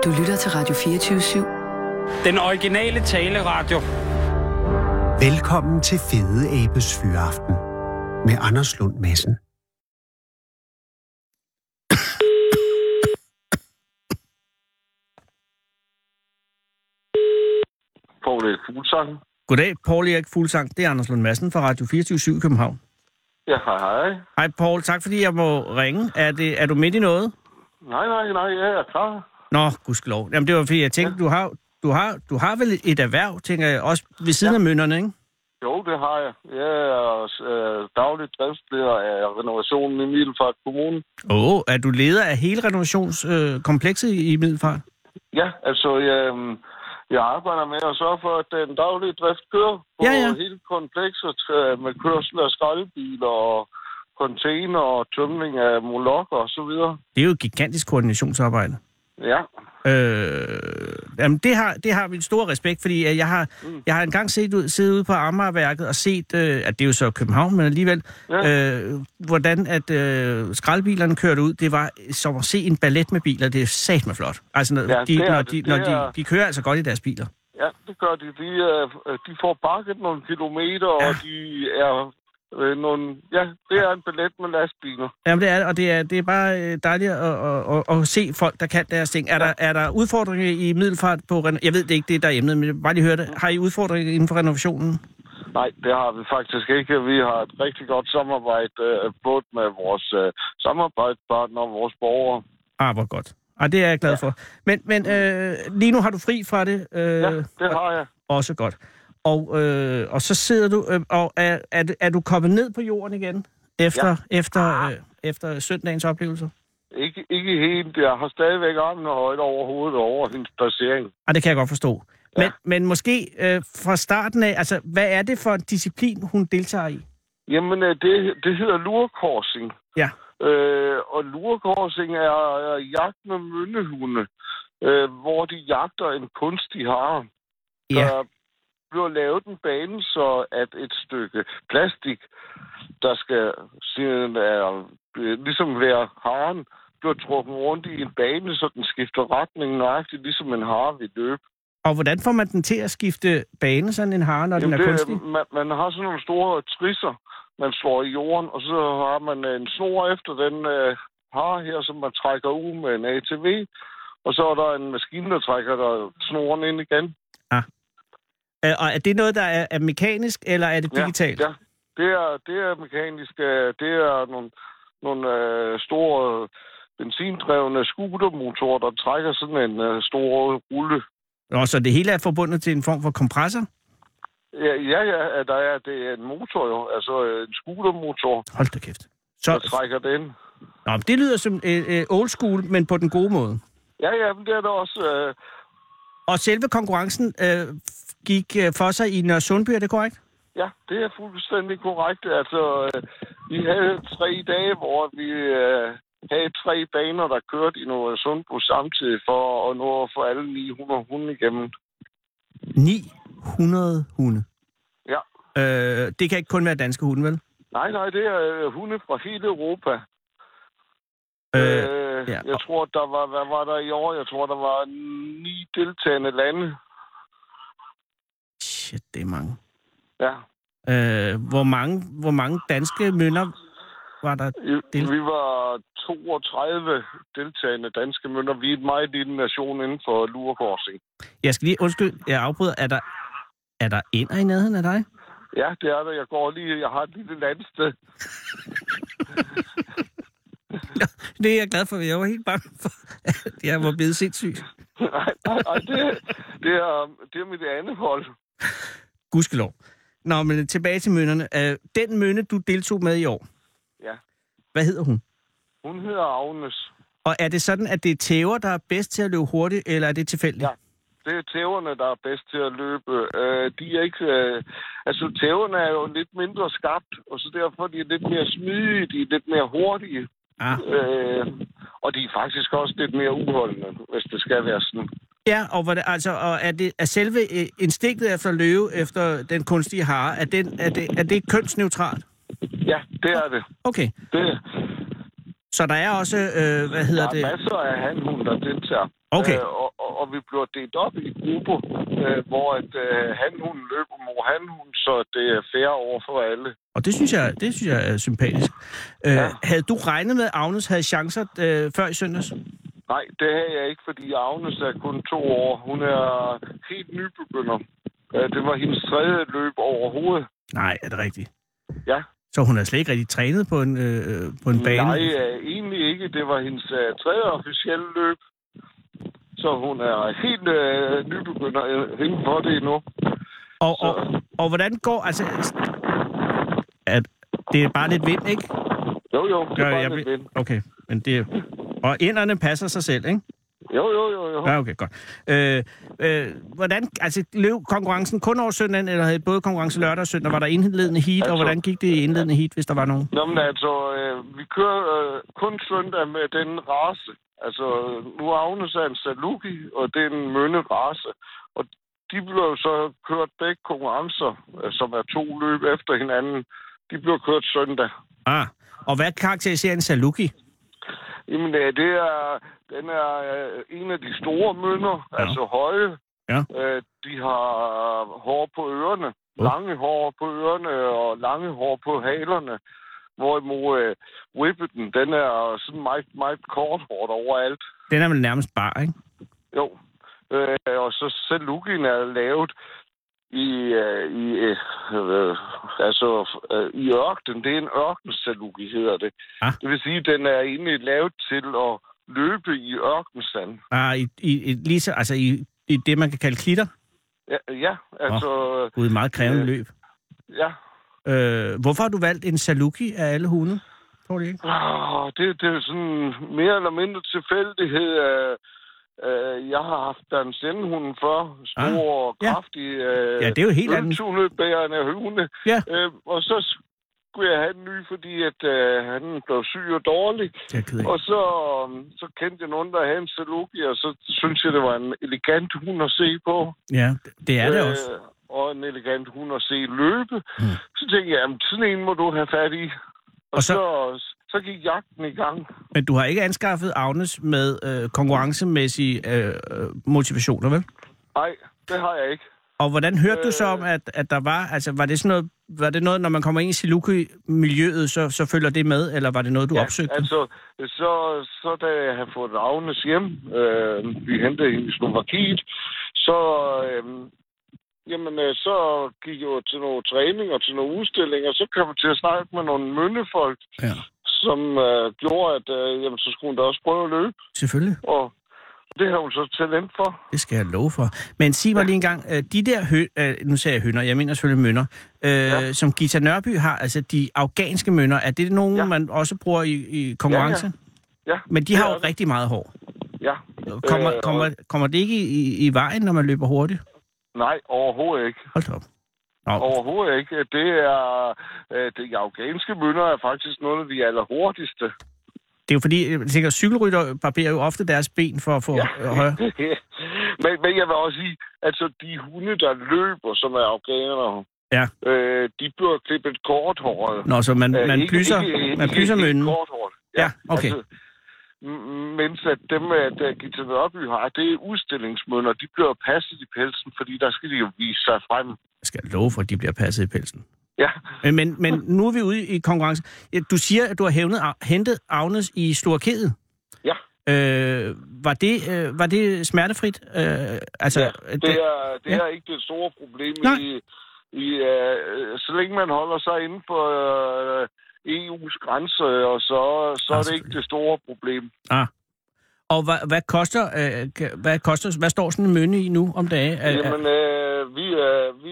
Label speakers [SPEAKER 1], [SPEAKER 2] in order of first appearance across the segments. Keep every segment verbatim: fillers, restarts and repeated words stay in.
[SPEAKER 1] Du lytter til Radio fireogtyve syv.
[SPEAKER 2] Den originale taleradio.
[SPEAKER 3] Velkommen til Fede Abes Fyraften med Anders Lund Madsen.
[SPEAKER 4] Poul Erik Fuglsang.
[SPEAKER 5] Goddag, Poul Erik Fuglsang. Det er Anders Lund Madsen fra Radio fireogtyve syv i København.
[SPEAKER 4] Ja, hej hej.
[SPEAKER 5] Hej Poul, tak fordi jeg må ringe. Er, det, er du midt i noget?
[SPEAKER 4] Nej, nej, nej, jeg er klar.
[SPEAKER 5] Nå, gudskelov. Jamen det var fordi jeg tænkte, ja. du, har, du, har, du har vel et erhverv, tænker jeg, også ved siden ja. af mønterne, ikke?
[SPEAKER 4] Jo, det har jeg. Jeg er øh, daglig driftsleder af renovationen i Middelfart Kommune.
[SPEAKER 5] Åh, oh, er du leder af hele renovationskomplekset øh, i Middelfart?
[SPEAKER 4] Ja, altså jeg, jeg arbejder med at sørge for, at den daglige drift kører på
[SPEAKER 5] ja, ja.
[SPEAKER 4] hele komplekset med kørsel af skraldebiler og container og tømning af molokker og så videre.
[SPEAKER 5] Det er jo et gigantisk koordinationsarbejde.
[SPEAKER 4] Ja.
[SPEAKER 5] Øh, jamen det har, det har vi en stor respekt, fordi jeg har, mm. jeg har engang set ud, siddet ude på Amagerværket og set, øh, at det er jo så København, men alligevel, ja. øh, hvordan at øh, skraldbilerne kørte ud, det var som at se en ballet med biler, det er satme flot. Altså, når, ja, de, når, de, når de, de kører altså godt i deres biler.
[SPEAKER 4] Ja, det gør de. De, øh, de får bakket nogle kilometer, ja. Og de er... Øh, nogle, ja, det er en billet med lastbiler.
[SPEAKER 5] Jamen det er det, og det er, det er bare dejligt at, at, at, at se folk, der kan deres ting. Er, ja. der, er der udfordringer i Middelfart på... Jeg ved det ikke, det er der emnet, men bare lige høre det. Har I udfordringer inden for renovationen?
[SPEAKER 4] Nej, det har vi faktisk ikke. Vi har et rigtig godt samarbejde, både med vores uh, samarbejdspartnere og vores borgere.
[SPEAKER 5] Ah, hvor godt. Ah, det er jeg glad ja. for. Men, men øh, lige nu har du fri fra det? Øh,
[SPEAKER 4] ja, det har jeg.
[SPEAKER 5] Også godt. Og, øh, og så sidder du, øh, og er, er, er du kommet ned på jorden igen, efter, ja. efter, øh, efter søndagens oplevelser?
[SPEAKER 4] Ikke, ikke helt. Jeg har stadigvæk armen højt over hovedet over hendes placering.
[SPEAKER 5] Ah, det kan jeg godt forstå.
[SPEAKER 4] Ja.
[SPEAKER 5] Men, men måske øh, fra starten af, altså, hvad er det for en disciplin, hun deltager i?
[SPEAKER 4] Jamen, det, det hedder lurekorsing.
[SPEAKER 5] Ja.
[SPEAKER 4] Øh, og lurekorsing er, er jagt med myndehunde, øh, hvor de jagter en kunstig hare.
[SPEAKER 5] Ja.
[SPEAKER 4] Der bliver lavet en bane, så at et stykke plastik, der skal siden er, ligesom være haren, bliver trukket rundt i en bane, så den skifter retning nøjagtigt, ligesom en hare vil løbe.
[SPEAKER 5] Og hvordan får man den til at skifte bane, sådan en hare, når Jamen den er
[SPEAKER 4] det,
[SPEAKER 5] kunstig?
[SPEAKER 4] Man, man har sådan nogle store trisser, man slår i jorden, og så har man en snor efter den øh, hare her, som man trækker ud med en A T V, og så er der en maskine, der trækker der snoren ind igen.
[SPEAKER 5] Ah. Og er det noget, der er, er mekanisk, eller er det digitalt?
[SPEAKER 4] Ja, ja. Det, er, det er mekanisk. Det er nogle, nogle øh, store benzindrevne scootermotorer, der trækker sådan en øh, stor rulle.
[SPEAKER 5] Og så det hele er forbundet til en form for kompressor?
[SPEAKER 4] Ja, ja, ja der er, det er en motor jo, altså en scootermotor.
[SPEAKER 5] Hold da kæft. Så
[SPEAKER 4] der trækker det ind.
[SPEAKER 5] Nå, det lyder som øh, øh, old school, men på den gode måde.
[SPEAKER 4] Ja, ja, men det er det også. Øh...
[SPEAKER 5] Og selve konkurrencen øh, gik øh, for sig i Nørresundby, er det korrekt?
[SPEAKER 4] Ja, det er fuldstændig korrekt. Altså, øh, vi havde tre dage, hvor vi øh, havde tre baner, der kørte i Nørresundby samtidig for at nå at få alle ni hundrede hunde igennem.
[SPEAKER 5] ni hundrede hunde?
[SPEAKER 4] Ja.
[SPEAKER 5] Øh, det kan ikke kun være danske hunde, vel?
[SPEAKER 4] Nej, nej, det er øh, hunde fra hele Europa.
[SPEAKER 5] Øh,
[SPEAKER 4] øh,
[SPEAKER 5] ja.
[SPEAKER 4] Jeg tror, der var, hvad var der i år? Jeg tror, der var ni deltagende lande.
[SPEAKER 5] Shit, det er mange.
[SPEAKER 4] Ja.
[SPEAKER 5] Øh, hvor mange, hvor mange danske mønter var der?
[SPEAKER 4] Del- vi var toogtredive deltagende danske mønter. Vi er et meget lille nation inden for lurekorsing.
[SPEAKER 5] Jeg skal lige, undskyld, jeg afbryder. Er der, er der ender i nærheden af dig?
[SPEAKER 4] Ja, det er der. Jeg går lige, jeg har et lille landsted.
[SPEAKER 5] Ja, det er jeg glad for. Jeg var helt bange for, at jeg var blevet sindssyg.
[SPEAKER 4] nej, nej, nej, det, det, er, det er mit andet hold.
[SPEAKER 5] Gudskelov. Nå, men tilbage til mønnerne. Den mønne, du deltog med i år,
[SPEAKER 4] ja.
[SPEAKER 5] Hvad hedder hun?
[SPEAKER 4] Hun hedder Agnes.
[SPEAKER 5] Og er det sådan, at det er tæver, der er bedst til at løbe hurtigt, eller er det tilfældigt?
[SPEAKER 4] Ja, det er tæverne, der er bedst til at løbe. Øh, de er ikke... Øh, altså, tæverne er jo lidt mindre skabt, og så derfor de er lidt mere smidige, de er lidt mere hurtige.
[SPEAKER 5] Ah.
[SPEAKER 4] Øh, og de er faktisk også lidt mere uholdende, hvis det skal være sådan.
[SPEAKER 5] Ja, og, hvad det, altså, og er, det, er selve instinktet efter at løbe efter den kunstige hare, er, den, er, det, er det kønsneutralt?
[SPEAKER 4] Ja, det er det.
[SPEAKER 5] Okay.
[SPEAKER 4] Det.
[SPEAKER 5] Så der er også, øh, hvad hedder det?
[SPEAKER 4] Der er det? masser af hanhunde, der deltager.
[SPEAKER 5] Okay.
[SPEAKER 4] Øh, og, og vi bliver delt op i grupper, øh, hvor at, øh, hanhunden løber mod hanhunden, så det er fair over for alle.
[SPEAKER 5] Og det synes jeg, det synes jeg er sympatisk. Øh,
[SPEAKER 4] Ja.
[SPEAKER 5] Havde du regnet med, at Agnes havde chancer øh, før i søndags?
[SPEAKER 4] Nej, det har jeg ikke, fordi Agnes er kun to år. Hun er helt nybegynder. Øh, Det var hendes tredje løb overhovedet.
[SPEAKER 5] Nej, er det rigtigt?
[SPEAKER 4] Ja.
[SPEAKER 5] Så hun er slet ikke rigtig trænet på en, øh, på en bane?
[SPEAKER 4] Nej, øh, egentlig ikke. Det var hendes øh, tredje officielle løb. Så hun er helt øh, nybegynder øh, inden for det endnu.
[SPEAKER 5] Og, og, og hvordan går... Altså, at det er bare lidt vind, ikke?
[SPEAKER 4] Jo, jo, det er
[SPEAKER 5] Ja,
[SPEAKER 4] bare
[SPEAKER 5] jeg
[SPEAKER 4] lidt
[SPEAKER 5] blev-
[SPEAKER 4] vind.
[SPEAKER 5] Okay, men det... Og inderne passer sig selv, ikke?
[SPEAKER 4] Jo, jo, jo, jo.
[SPEAKER 5] Ja, okay, godt. Øh, øh, hvordan... Altså, løb konkurrencen kun over søndagen, eller havde I både konkurrence lørdag og søndag? Var der indledende heat, altså, og hvordan gik det i indledende heat, hvis der var nogen?
[SPEAKER 4] Nå, men altså, øh, vi kører øh, kun søndag med den race. Altså, nu er Agnes er en Saluki, og det er en mønnerace. Og de bliver så kørt begge konkurrencer, øh, som er to løb efter hinanden. De bliver kørt søndag.
[SPEAKER 5] Ah, og hvad karakteriserer en Saluki?
[SPEAKER 4] Jamen, øh, det er, den er øh, en af de store mønner,
[SPEAKER 5] Ja.
[SPEAKER 4] altså høje.
[SPEAKER 5] Ja.
[SPEAKER 4] Øh, de har hår på ørerne,
[SPEAKER 5] Oh.
[SPEAKER 4] lange hår på ørerne og lange hår på halerne. Hvorimod øh, Whippeten, den er sådan meget, meget korthåret overalt.
[SPEAKER 5] Den er vel nærmest bar, ikke?
[SPEAKER 4] Jo. Øh, og så Salukien er lavet i, øh, i, øh, øh, altså, øh, i ørkenen. Det er en ørkensaluki, hedder det.
[SPEAKER 5] Ah.
[SPEAKER 4] Det vil sige, at den er egentlig lavet til at løbe i ørkensand.
[SPEAKER 5] Ah, i, i, i, lige så, altså i, i det, man kan kalde klitter?
[SPEAKER 4] Ja, ja altså... Oh.
[SPEAKER 5] Gud, meget krævende
[SPEAKER 4] øh,
[SPEAKER 5] løb.
[SPEAKER 4] Ja.
[SPEAKER 5] Øh, hvorfor har du valgt en Saluki af alle hunde? Tror du ikke?
[SPEAKER 4] Oh, det, det er sådan mere eller mindre tilfældighed. Øh, øh, jeg har haft den sendehund før. Stor og
[SPEAKER 5] ja.
[SPEAKER 4] kraftig. Øh,
[SPEAKER 5] Ja, det er jo helt andet.
[SPEAKER 4] øltunebærende hunde.
[SPEAKER 5] Ja.
[SPEAKER 4] Øh, og så skulle jeg have en ny, fordi at, øh, han blev syg og dårlig.
[SPEAKER 5] Det er jeg ked af.
[SPEAKER 4] Og så, så kendte jeg nogen, der havde en Saluki, og så synes jeg, det var en elegant hund at se på.
[SPEAKER 5] Ja, det er det også.
[SPEAKER 4] Øh, og en elegant hund at se løbe.
[SPEAKER 5] Mm.
[SPEAKER 4] Så tænkte jeg, jamen, sådan en må du have fat i. Og,
[SPEAKER 5] Og så-
[SPEAKER 4] så, så gik jagten i gang.
[SPEAKER 5] Men du har ikke anskaffet Agnes med øh, konkurrencemæssige øh, øh, motivationer, vel?
[SPEAKER 4] Nej, det har jeg ikke.
[SPEAKER 5] Og hvordan hørte øh... du så
[SPEAKER 4] Øh.
[SPEAKER 5] om, at, at der var... Altså, var det sådan noget... Var det noget, når man kommer ind i Saluki-miljøet, så, så følger det med, eller var det noget, du
[SPEAKER 4] ja,
[SPEAKER 5] opsøgte?
[SPEAKER 4] altså, så, så da jeg havde fået Agnes hjem, øh, vi hentede hende i Slovakiet, så, øh, jamen, øh, så gik jeg jo til nogle træninger, til nogle udstillinger, så kom jeg til at snakke med nogle myndefolk,
[SPEAKER 5] Ja,
[SPEAKER 4] som øh, gjorde, at øh, jamen, så skulle hun da også prøve at løbe.
[SPEAKER 5] selvfølgelig.
[SPEAKER 4] Og det har hun så talent for.
[SPEAKER 5] Det skal jeg love for. Men sig mig lige en gang, øh, de der hø... Øh, nu sagde jeg hønder, jeg mener selvfølgelig mønner, øh, ja. som Gita Nørby har, altså de afghanske mønner, er det nogen, ja. man også bruger i, i konkurrence?
[SPEAKER 4] Ja, ja.
[SPEAKER 5] Men de
[SPEAKER 4] Det
[SPEAKER 5] har
[SPEAKER 4] er
[SPEAKER 5] jo
[SPEAKER 4] det.
[SPEAKER 5] rigtig meget hår.
[SPEAKER 4] Ja.
[SPEAKER 5] Kommer,
[SPEAKER 4] Øh,
[SPEAKER 5] kommer, kommer det ikke i, i, i vejen, når man løber hurtigt?
[SPEAKER 4] Nej, overhovedet ikke.
[SPEAKER 5] Hold da op. Nå,
[SPEAKER 4] Overhovedet ikke. Det er... Øh, de afghanske mønner er faktisk noget af de allerhurtigste.
[SPEAKER 5] det er jo fordi, jeg tænker, cykelrytter barberer jo ofte deres ben for at få
[SPEAKER 4] Ja.
[SPEAKER 5] øh, højere.
[SPEAKER 4] men, men jeg vil også sige, altså de hunde, der løber, som er afghanere,
[SPEAKER 5] Ja.
[SPEAKER 4] øh, de bliver klippet korthåret.
[SPEAKER 5] Nå, så man,
[SPEAKER 4] Øh,
[SPEAKER 5] man
[SPEAKER 4] ikke-
[SPEAKER 5] plyser,
[SPEAKER 4] ikke-
[SPEAKER 5] man
[SPEAKER 4] ikke-
[SPEAKER 5] plyser
[SPEAKER 4] ikke
[SPEAKER 5] mønnen.
[SPEAKER 4] korthåret.
[SPEAKER 5] Ja, okay.
[SPEAKER 4] Altså, m- mens at dem, der Gita Nørby har, det er udstillingsmønner. De bliver passet i pelsen, fordi der skal de jo vise sig frem.
[SPEAKER 5] Jeg skal love for, at de bliver passet i pelsen.
[SPEAKER 4] Ja,
[SPEAKER 5] Men, men, men nu er vi ude i konkurrence. Ja, du siger, at du har hævnet, hentet Agnes i Slovakiet.
[SPEAKER 4] ja.
[SPEAKER 5] Øh, var, det, øh, var det smertefrit? Øh, altså,
[SPEAKER 4] ja. Det er, det
[SPEAKER 5] ja.
[SPEAKER 4] er ikke det store problem
[SPEAKER 5] Nej.
[SPEAKER 4] i, i uh, så længe man holder sig inden for uh, E U's grænser, og så, så
[SPEAKER 5] Ah,
[SPEAKER 4] er det ikke det store problem.
[SPEAKER 5] Ah. Og hvad, hvad koster, øh, kan- hvad koster, hvad står sådan en mønne i nu om dagen? Er- er-
[SPEAKER 4] Jamen, uh, vi er, vi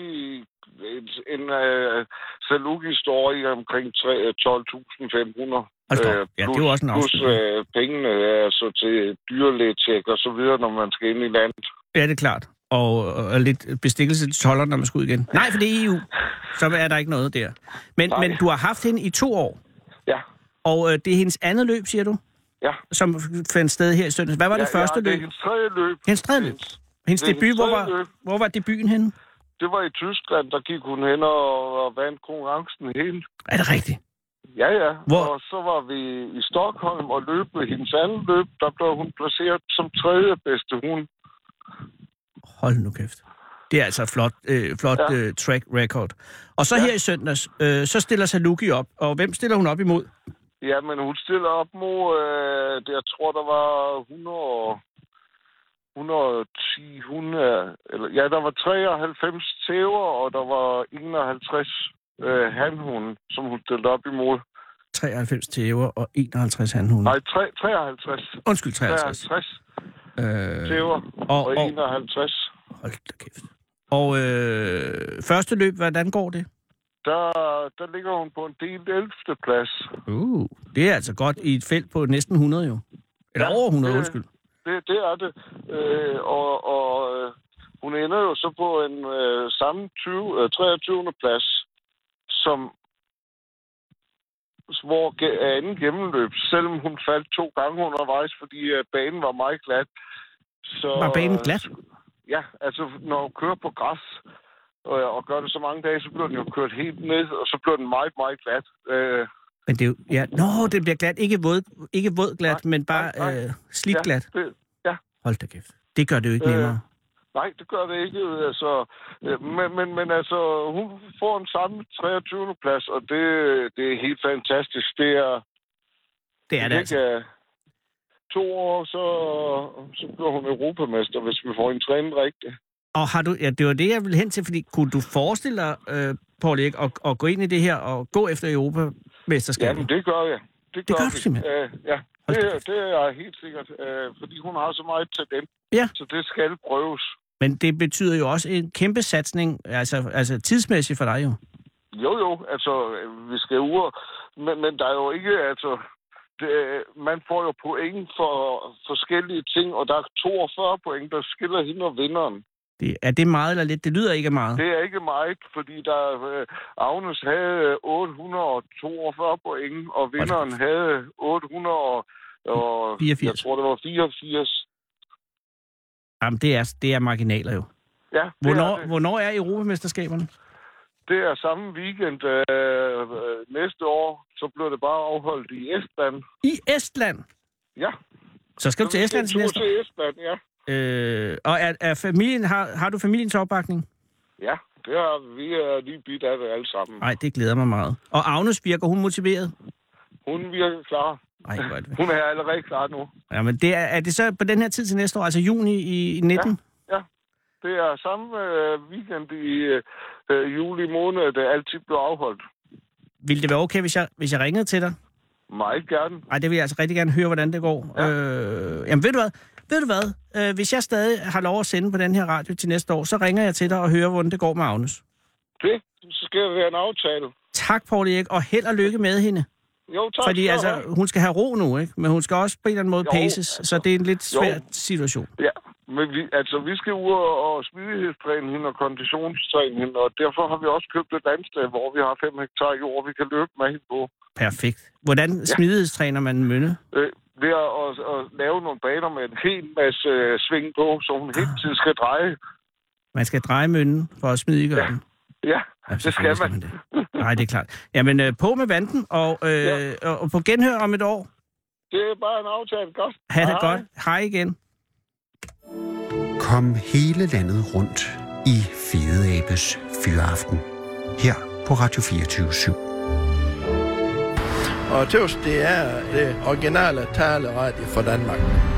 [SPEAKER 4] en uh, Saluki står i omkring tolv tusind fem hundrede.
[SPEAKER 5] Hold da op. Ja, det er jo også en
[SPEAKER 4] plus
[SPEAKER 5] afslutning.
[SPEAKER 4] uh, pengene er så til dyrlægetjek og så videre, når man skal ind i landet.
[SPEAKER 5] Ja, det er klart. Og, og lidt bestikkelse til tolderen, når man skal ud igen. Nej, for det er E U. Så er der ikke noget der. Men, men du har haft hende i to år.
[SPEAKER 4] Ja,
[SPEAKER 5] Og øh, det er hendes andet løb, siger du?
[SPEAKER 4] ja.
[SPEAKER 5] Som fandt sted her i søndags. Hvad var det
[SPEAKER 4] ja,
[SPEAKER 5] første
[SPEAKER 4] ja, det er
[SPEAKER 5] løb?
[SPEAKER 4] hendes tredje løb.
[SPEAKER 5] Hendes tredje løb?
[SPEAKER 4] Hendes-
[SPEAKER 5] Hendes
[SPEAKER 4] det er
[SPEAKER 5] debut,
[SPEAKER 4] hendes
[SPEAKER 5] hvor
[SPEAKER 4] tredje
[SPEAKER 5] var,
[SPEAKER 4] løb.
[SPEAKER 5] hvor var debuten henne?
[SPEAKER 4] Det var i Tyskland, der gik hun hen og, og vandt konkurrencen helt.
[SPEAKER 5] Er det rigtigt?
[SPEAKER 4] Ja, ja.
[SPEAKER 5] Hvor-
[SPEAKER 4] Og så var vi i Stockholm og løb med hendes anden løb. Der blev hun placeret som tredje bedste hund.
[SPEAKER 5] Hold nu kæft. Det er altså flot, øh, flot ja. øh, track record. Og så ja. her i søndags, øh, så stiller Saluki op. Og hvem stiller hun op imod?
[SPEAKER 4] Ja, men hun stiller op mod, øh, det, jeg tror, der var hundrede, hundrede og ti, hundrede, eller, ja, der var treoghalvfems tæver, og der var enoghalvtreds øh, hanhunde, som hun stillede op imod.
[SPEAKER 5] treoghalvfems tæver og enoghalvtreds hanhunde.
[SPEAKER 4] Nej, tre, treoghalvtreds.
[SPEAKER 5] Undskyld, treoghalvtreds.
[SPEAKER 4] treoghalvtreds
[SPEAKER 5] øh,
[SPEAKER 4] tæver og, og enoghalvtreds.
[SPEAKER 5] Hold da kæft. Og øh, første løb, hvordan går det?
[SPEAKER 4] Der, der ligger hun på en delt ellevte plads.
[SPEAKER 5] Uh, det er altså godt i et felt på næsten hundrede jo. Eller ja, over hundrede,
[SPEAKER 4] det,
[SPEAKER 5] undskyld.
[SPEAKER 4] Det, det er det. Øh, og og øh, hun ender jo så på en øh, samme tyve, øh, treogtyvende plads, som hvor anden gennemløb, selvom hun faldt to gange undervejs, fordi øh, banen var meget glat. Så,
[SPEAKER 5] var banen glat?
[SPEAKER 4] Ja, altså når hun kører på græs, og, og gør det så mange dage, så bliver den jo kørt helt ned, og så bliver den meget, meget glat. Øh,
[SPEAKER 5] men det er jo, ja, nå, det bliver glat. Ikke våd, ikke våd glat, nej, men bare nej, nej. Øh, slidt glat.
[SPEAKER 4] Ja, det, ja.
[SPEAKER 5] Hold da kæft. Det gør det jo ikke nemmere. Øh,
[SPEAKER 4] nej, det gør det ikke. Altså, øh, men, men, men altså, hun får en samme treogtyvende plads, og det, det er helt fantastisk. Det er,
[SPEAKER 5] det er det altså.
[SPEAKER 4] Ikke, to år, så, så bliver hun europamester, hvis vi får en træning rigtigt.
[SPEAKER 5] Og har du, ja, det var det, jeg ville hen til, fordi kunne du forestille dig, øh, Paul Erik, at, at gå ind i det her og gå efter europamesterskabet?
[SPEAKER 4] Jamen, det gør jeg. Det gør,
[SPEAKER 5] det gør du simpelthen?
[SPEAKER 4] Øh, ja, det, det er helt sikkert, øh, fordi hun har så meget talent,
[SPEAKER 5] ja.
[SPEAKER 4] Så det skal prøves.
[SPEAKER 5] Men det betyder jo også en kæmpe satsning, altså, altså tidsmæssigt for dig jo.
[SPEAKER 4] Jo, jo, altså, vi skal uger, men, men der er jo ikke, altså... Det, man får jo point for forskellige ting, og der er toogfyrre point, der skiller hende og vinderen.
[SPEAKER 5] Det, er det meget eller lidt? Det lyder ikke meget.
[SPEAKER 4] Det er ikke meget, fordi der øh, Agnes havde otte hundrede og toogfyrre point, og vinderen havde otte hundrede og
[SPEAKER 5] fireogfirs.
[SPEAKER 4] Jeg tror, det var fireogfirs.
[SPEAKER 5] Jamen, det er, det er marginaler jo.
[SPEAKER 4] Ja,
[SPEAKER 5] hvornår,
[SPEAKER 4] er det.
[SPEAKER 5] Hvornår er Europamesterskaberne?
[SPEAKER 4] Det er samme weekend øh, næste år, så bliver det bare afholdt i Estland.
[SPEAKER 5] I Estland?
[SPEAKER 4] Ja.
[SPEAKER 5] Så skal du til Estland til næste år?
[SPEAKER 4] til Estland, ja.
[SPEAKER 5] Øh, og er, er familien, har, har du familiens opbakning?
[SPEAKER 4] Ja, det har vi er lige bidt af det alle sammen.
[SPEAKER 5] Nej, det glæder mig meget. Og Agnes, virker hun motiveret?
[SPEAKER 4] Hun virker klar.
[SPEAKER 5] Ej, godt.
[SPEAKER 4] Hun er allerede klar nu.
[SPEAKER 5] Ja, men det er, er det så på den her tid til næste år, altså juni i nitten?
[SPEAKER 4] Ja, ja. Det er samme øh, weekend i øh, juli måned, det altid bliver afholdt.
[SPEAKER 5] Vil det være okay, hvis jeg, hvis jeg ringede til dig?
[SPEAKER 4] Meget gerne.
[SPEAKER 5] Nej, det vil jeg altså rigtig gerne høre, hvordan det går.
[SPEAKER 4] Ja.
[SPEAKER 5] Øh, jamen, ved du hvad? Ved du hvad? Øh, hvis jeg stadig har lov at sende på den her radio til næste år, så ringer jeg til dig og hører, hvordan det går med Agnes.
[SPEAKER 4] Det, så skal det være en aftale.
[SPEAKER 5] Tak, Paul Erik, og held og lykke med hende.
[SPEAKER 4] Jo, tak.
[SPEAKER 5] Fordi altså, hun skal have ro nu, ikke? Men hun skal også på en eller anden måde jo, paces, altså, så det er en lidt svær jo. situation.
[SPEAKER 4] Ja, men vi, altså, vi skal ud og smidighedstræne hende og konditionstræne hende, og derfor har vi også købt et landsted, hvor vi har fem hektar jord, vi kan løbe med hende på.
[SPEAKER 5] Perfekt. Hvordan ja. smidighedstræner man en mønne?
[SPEAKER 4] Øh, ved at, at, at lave nogle baner med en hel masse uh, sving på, så hun hele tiden skal dreje.
[SPEAKER 5] Man skal dreje mønnen for at smidiggøre
[SPEAKER 4] ja.
[SPEAKER 5] den?
[SPEAKER 4] Ja, ja, det skal man.
[SPEAKER 5] man det. Nej, det er klart. Jamen, øh, på med vanten, og, øh, ja. og på genhør om et år.
[SPEAKER 4] Det er bare en aftale. Godt.
[SPEAKER 5] Ha' det godt. Hej igen.
[SPEAKER 3] Kom hele landet rundt i Fede Abes Fyraften. Her på Radio fireogtyve syv.
[SPEAKER 1] Og tøvs, det er det originale taleradio for Danmark.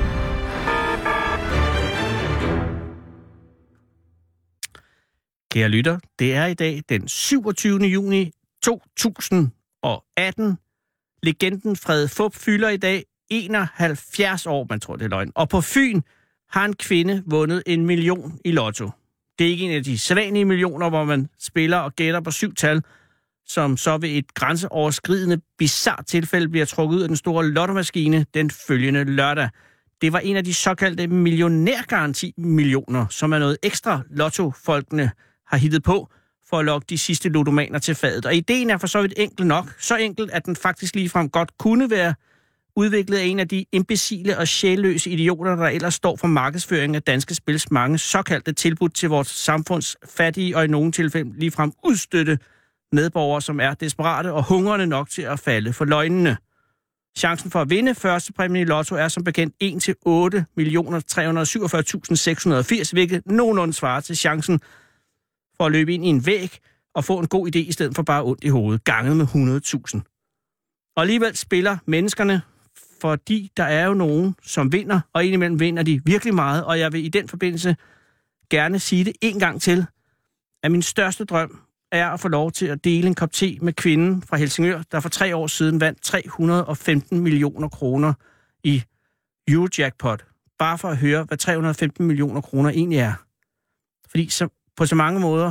[SPEAKER 5] Kære lytter, det er i dag den syvogtyvende juni to tusind og atten. Legenden Frede Fup fylder i dag enoghalvfjerds år, man tror det er løgn. Og på Fyn har en kvinde vundet en million i lotto. Det er ikke en af de sædvanlige millioner, hvor man spiller og gætter på syv tal, som så ved et grænseoverskridende, bizarrt tilfælde bliver trukket ud af den store lottomaskine den følgende lørdag. Det var en af de såkaldte millionærgaranti-millioner, som er noget ekstra lottofolkene har hittet på for at lokke de sidste ludomaner til fadet. Og ideen er for så vidt enkel nok. Så enkelt, at den faktisk ligefrem godt kunne være udviklet af en af de imbecile og sjælløse idioter, der ellers står for markedsføring af Danske Spils mange såkaldte tilbud til vores samfunds fattige og i nogle tilfælde ligefrem udstøtte medborgere, som er desperate og hungrende nok til at falde for løgnene. Chancen for at vinde første præmien i Lotto er som bekendt en til otte millioner tre hundrede og syvogfyrre tusind seks hundrede og firs, hvilket nogenlunde svarer til chancen for at løbe ind i en væg og få en god idé i stedet for bare ondt i hovedet, ganget med hundrede tusind. Og alligevel spiller menneskerne, fordi der er jo nogen, som vinder, og indimellem vinder de virkelig meget, og jeg vil i den forbindelse gerne sige det en gang til, at min største drøm er at få lov til at dele en kop te med kvinden fra Helsingør, der for tre år siden vandt tre hundrede og femten millioner kroner i Eurojackpot. Bare for at høre, hvad tre hundrede og femten millioner kroner egentlig er. Fordi så, på så mange måder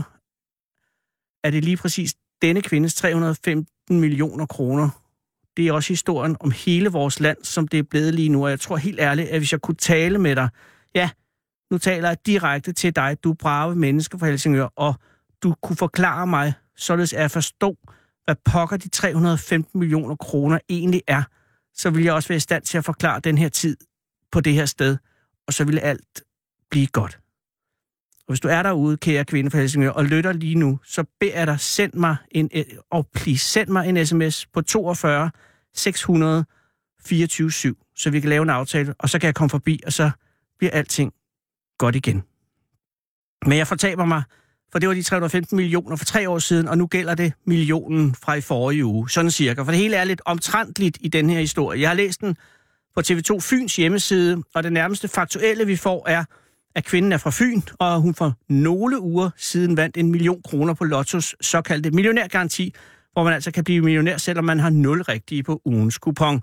[SPEAKER 5] er det lige præcis denne kvindes tre hundrede og femten millioner kroner. Det er også historien om hele vores land, som det er blevet lige nu. Og jeg tror helt ærligt, at hvis jeg kunne tale med dig, ja, nu taler jeg direkte til dig, du brave menneske fra Helsingør, og du kunne forklare mig, således at jeg forstår, hvad pokker de tre hundrede og femten millioner kroner egentlig er, så vil jeg også være i stand til at forklare den her tid på det her sted, og så vil alt blive godt. Og hvis du er derude, kære kvinde fra Helsingør, og lytter lige nu, så beder jeg dig, send mig en, og please, send mig en sms på toogfyrre seks hundrede fireogtyve syv, så vi kan lave en aftale, og så kan jeg komme forbi, og så bliver alting godt igen. Men jeg fortaber mig, for det var de tre hundrede og femten millioner for tre år siden, og nu gælder det millionen fra i forrige uge, sådan cirka. For det hele er lidt omtrentligt i den her historie. Jeg har læst den på T V to Fyns hjemmeside, og det nærmeste faktuelle, vi får, er, at kvinden er fra Fyn, og hun for nogle uger siden vandt en million kroner på Lottos såkaldte millionærgaranti, hvor man altså kan blive millionær, selvom man har nul rigtige på ugens kupon.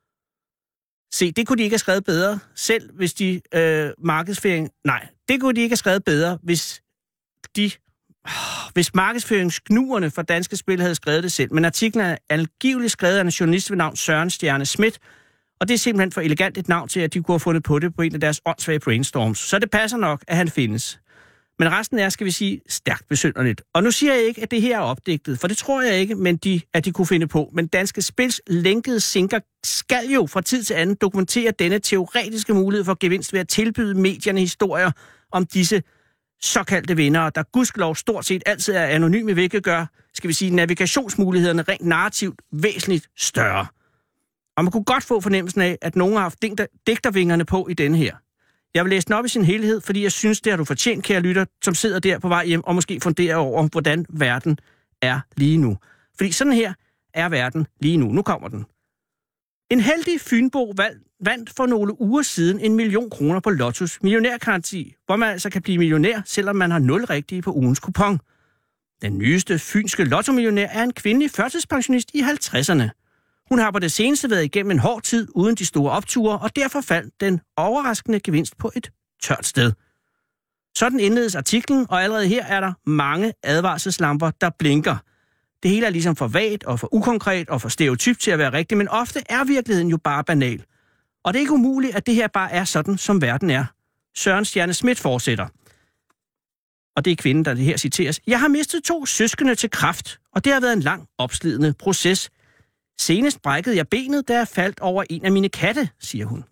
[SPEAKER 5] Se, det kunne de ikke have skrevet bedre, selv hvis de øh, markedsføring... Nej, det kunne de ikke have skrevet bedre, hvis de... Hvis markedsføringsgnuerne for Danske Spil havde skrevet det selv. Men artiklen er angiveligt skrevet af en journalist ved navn Søren Stjerne Schmidt, og det er simpelthen for elegant et navn til, at de kunne have fundet på det på en af deres åndssvage brainstorms. Så det passer nok, at han findes. Men resten er, skal vi sige, stærkt besynderligt. Og nu siger jeg ikke, at det her er opdigtet, for det tror jeg ikke, men de, at de kunne finde på. Men Danske Spils lænkede sinker skal jo fra tid til anden dokumentere denne teoretiske mulighed for gevinst ved at tilbyde medierne historier om disse såkaldte vindere, der gudskelov stort set altid er anonyme, hvilket gør, skal vi sige, navigationsmulighederne rent narrativt væsentligt større. Og man kunne godt få fornemmelsen af, at nogen har haft digtervingerne på i denne her. Jeg vil læse den op i sin helhed, fordi jeg synes, det har du fortjent, kære lytter, som sidder der på vej hjem og måske funderer over, hvordan verden er lige nu. Fordi sådan her er verden lige nu. Nu kommer den. En heldig fynbo vandt for nogle uger siden en million kroner på Lottos millionærgaranti, hvor man altså kan blive millionær, selvom man har nul rigtige på ugens kupon. Den nyeste fynske lottomillionær er en kvindelig førtidspensionist i halvtredserne. Hun har på det seneste været igennem en hård tid uden de store opture, og derfor faldt den overraskende gevinst på et tørt sted. Sådan indledes artiklen, og allerede her er der mange advarselslamper, der blinker. Det hele er ligesom for vagt og for ukonkret og for stereotyp til at være rigtigt, men ofte er virkeligheden jo bare banal. Og det er ikke umuligt, at det her bare er sådan, som verden er. Søren Stjerne Schmidt fortsætter. Og det er kvinden, der det her citeres. Jeg har mistet to søskende til kræft, og det har været en lang, opslidende proces. Senest brækkede jeg benet, da jeg faldt over en af mine katte, siger hun.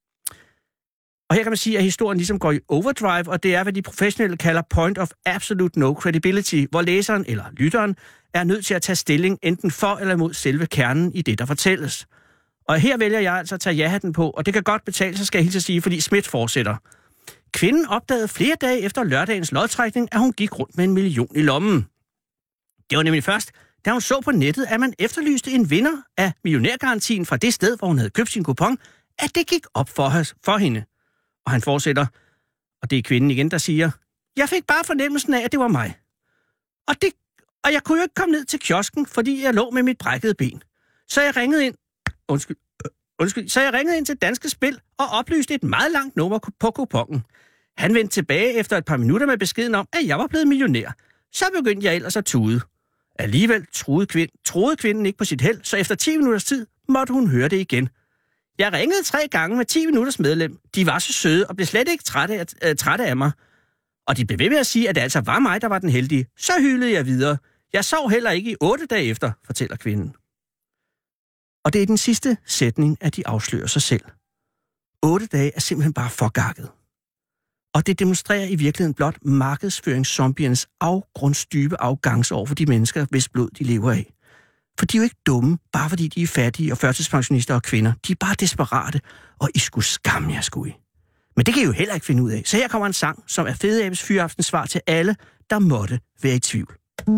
[SPEAKER 5] Og her kan man sige, at historien ligesom går i overdrive, og det er, hvad de professionelle kalder point of absolute no credibility, hvor læseren eller lytteren er nødt til at tage stilling enten for eller imod selve kernen i det, der fortælles. Og her vælger jeg altså at tage ja-hatten på, og det kan godt betale sig, skal jeg hilse at sige, fordi Schmidt fortsætter. Kvinden opdagede flere dage efter lørdagens lodtrækning, at hun gik rundt med en million i lommen. Det var nemlig først, da hun så på nettet, at man efterlyste en vinder af millionærgarantien fra det sted, hvor hun havde købt sin kupon, at det gik op for, for hende. Og han fortsætter, og det er kvinden igen, der siger, jeg fik bare fornemmelsen af, at det var mig. Og, det, og jeg kunne jo ikke komme ned til kiosken, fordi jeg lå med mit brækkede ben. Så jeg ringede ind, undskyld, øh, undskyld, så jeg ringede ind til Danske Spil og oplyste et meget langt nummer på kuponen. Han vendte tilbage efter et par minutter med beskeden om, at jeg var blevet millionær. Så begyndte jeg ellers at tude. Alligevel troede, kvind, troede kvinden ikke på sit held, så efter ti minutters tid måtte hun høre det igen. Jeg ringede tre gange med ti minutters medlem. De var så søde og blev slet ikke trætte af, øh, trætte af mig. Og de blev ved med at sige, at det altså var mig, der var den heldige. Så hylede jeg videre. Jeg sov heller ikke i otte dage efter, fortæller kvinden. Og det er den sidste sætning, at de afslører sig selv. Otte dage er simpelthen bare for gakket. Og det demonstrerer i virkeligheden blot markedsføringszombiens afgrundsdybe afgangs over for de mennesker, hvis blod de lever af. For de er jo ikke dumme, bare fordi de er fattige og førtidspensionister og kvinder. De er bare desperate, og I skulle skamme jer, skulle I. Men det kan I jo heller ikke finde ud af. Så her kommer en sang, som er Fede Abes Fyraftens svar til alle, der måtte være i tvivl.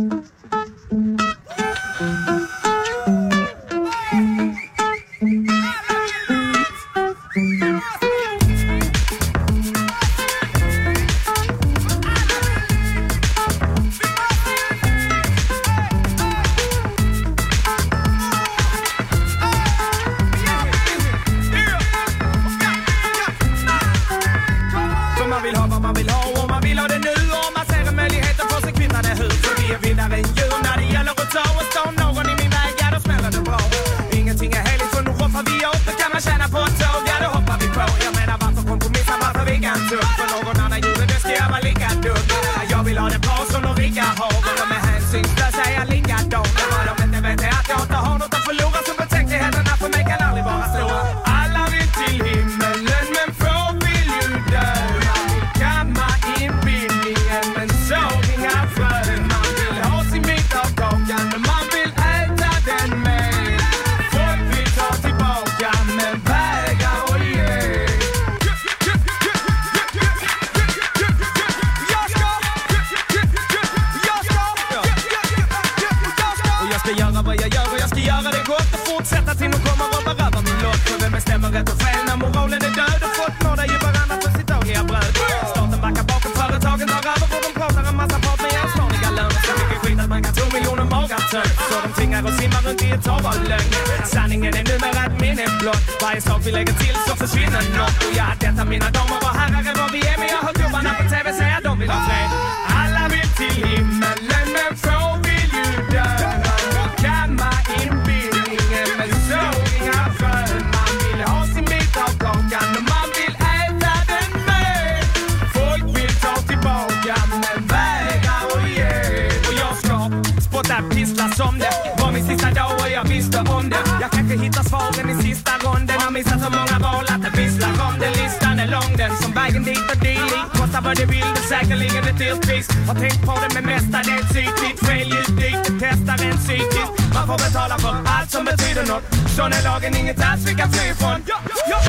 [SPEAKER 6] Sanningen är numera ett minne blott. Varje sak vi lägger till så försvinner något. Och ja, detta mina damer och herrar är vad vi är. Men jag hör gubbarna på tv säga de vill ha fred. Alla vill till himmelen men få vill ju dö. Man vill kamma inbildningen men så inga frön. Man vill ha sin bit av kakan och man vill äta den med. Folk vill ta tillbaka men vägrar och ge. Och jag ska spotta pissla som det var min sista dag och jag visste om det. Jag kanske hittar svaren i sista ronden. Har missat så många val att det visslar om det. Listan är lång den som vägen dit och dit. Kostar vad det vill, det säkerligen ett dyrt pris. Har tänkt på det med mesta, det är tydligt. Fel ljud dit, det testar en psykiskt. Man får betala för allt som betyder något. Sån är lagen, inget alls vi kan fly ifrån. Jag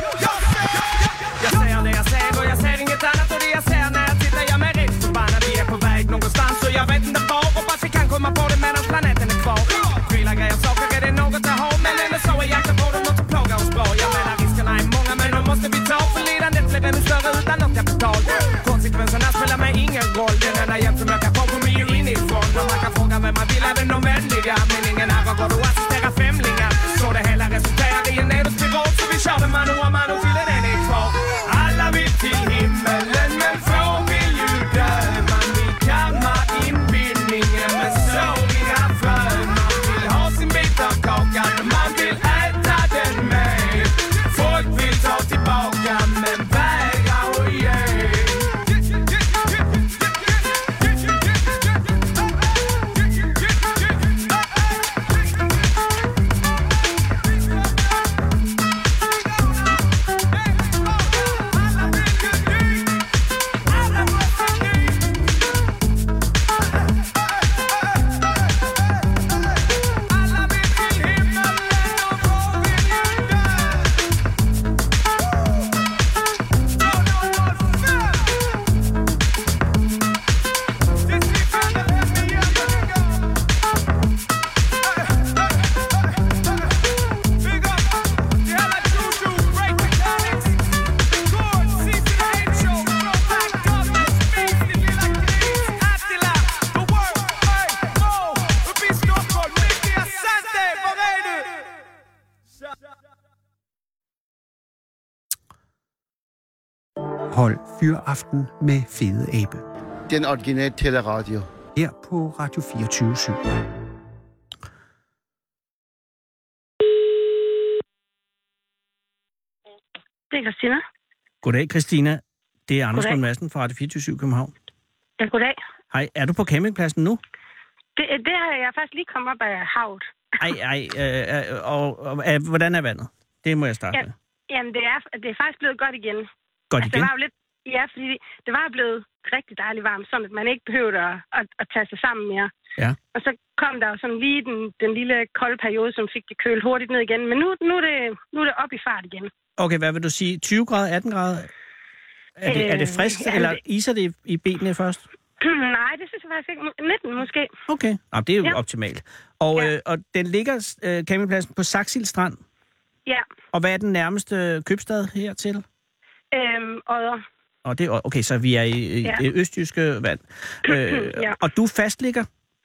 [SPEAKER 6] ser det jag ser och jag ser inget annat. Och det jag ser när jag tittar jag mig rätt förbannad. Vi är på väg någonstans och jag vet inte var. Hoppas vi kan komma på det medan planeten är kvar. Skilda grejer, saker är det något att ha. Men ändå så är jakten på dem något som plågar oss bra. Jag menar riskerna är många men de måste vi ta. För lidandet blir ännu större utan något kapital. Konsekvenserna spelar mig ingen roll. Den enda hjälp som jag kan få kommer ju inifrån. Och man kan fråga vem man vill, även de vänliga. Men ingen här har gått och assistera femlingar. Så det hela resulterar i en nedåtspiral. Så vi kör med man och man och till den är kvar. Alla vill till himmelen men få vill ju dö. Man vill kamma inbildningen men så inga frön. Man vill ha sin bit av kakan och man vill äta den med. Folk vill ta tillbaka men vägrar och ge.
[SPEAKER 3] Hold Fyraften med Fede Abe.
[SPEAKER 1] Den originale teleradio.
[SPEAKER 3] Her på Radio fireogtyve syv.
[SPEAKER 7] Det er Christina.
[SPEAKER 5] Goddag, Christina. Det er Anders
[SPEAKER 7] Goddag.
[SPEAKER 5] Lund Madsen fra Radio fireogtyve syv København.
[SPEAKER 7] Ja, goddag.
[SPEAKER 5] Hej, er du på campingpladsen nu?
[SPEAKER 7] Det, det har jeg faktisk lige kommet op af havet.
[SPEAKER 5] Ej, ej, øh, øh, og, og øh, hvordan er vandet? Det må jeg starte
[SPEAKER 7] Ja,
[SPEAKER 5] med.
[SPEAKER 7] jamen, det er, det er faktisk blevet godt igen.
[SPEAKER 5] Godt
[SPEAKER 7] altså,
[SPEAKER 5] igen?
[SPEAKER 7] Det var jo lidt, Ja, fordi det var blevet rigtig dejligt varmt, sådan at man ikke behøvede at, at, at tage sig sammen mere.
[SPEAKER 5] Ja.
[SPEAKER 7] Og så kom der jo sådan lige den, den lille kolde periode, som fik det kølet hurtigt ned igen. Men nu, nu, er, det, nu er det op i fart igen.
[SPEAKER 5] Okay, hvad vil du sige? tyve grader, atten grader? Er det, øh, er det frisk, ja, eller iser det i benene først?
[SPEAKER 7] Nej, det synes jeg faktisk ikke. nitten måske.
[SPEAKER 5] Okay, Jamen, det er jo ja. optimalt. Og,
[SPEAKER 7] ja.
[SPEAKER 5] øh, og den ligger, øh, campingpladsen, på Saxil Strand.
[SPEAKER 7] Ja.
[SPEAKER 5] Og hvad er den nærmeste købstad hertil?
[SPEAKER 7] Øhm, Odder.
[SPEAKER 5] Og det er, okay, så vi er i, i ja. østjyske vand. Øh, ja. Og du fastligger?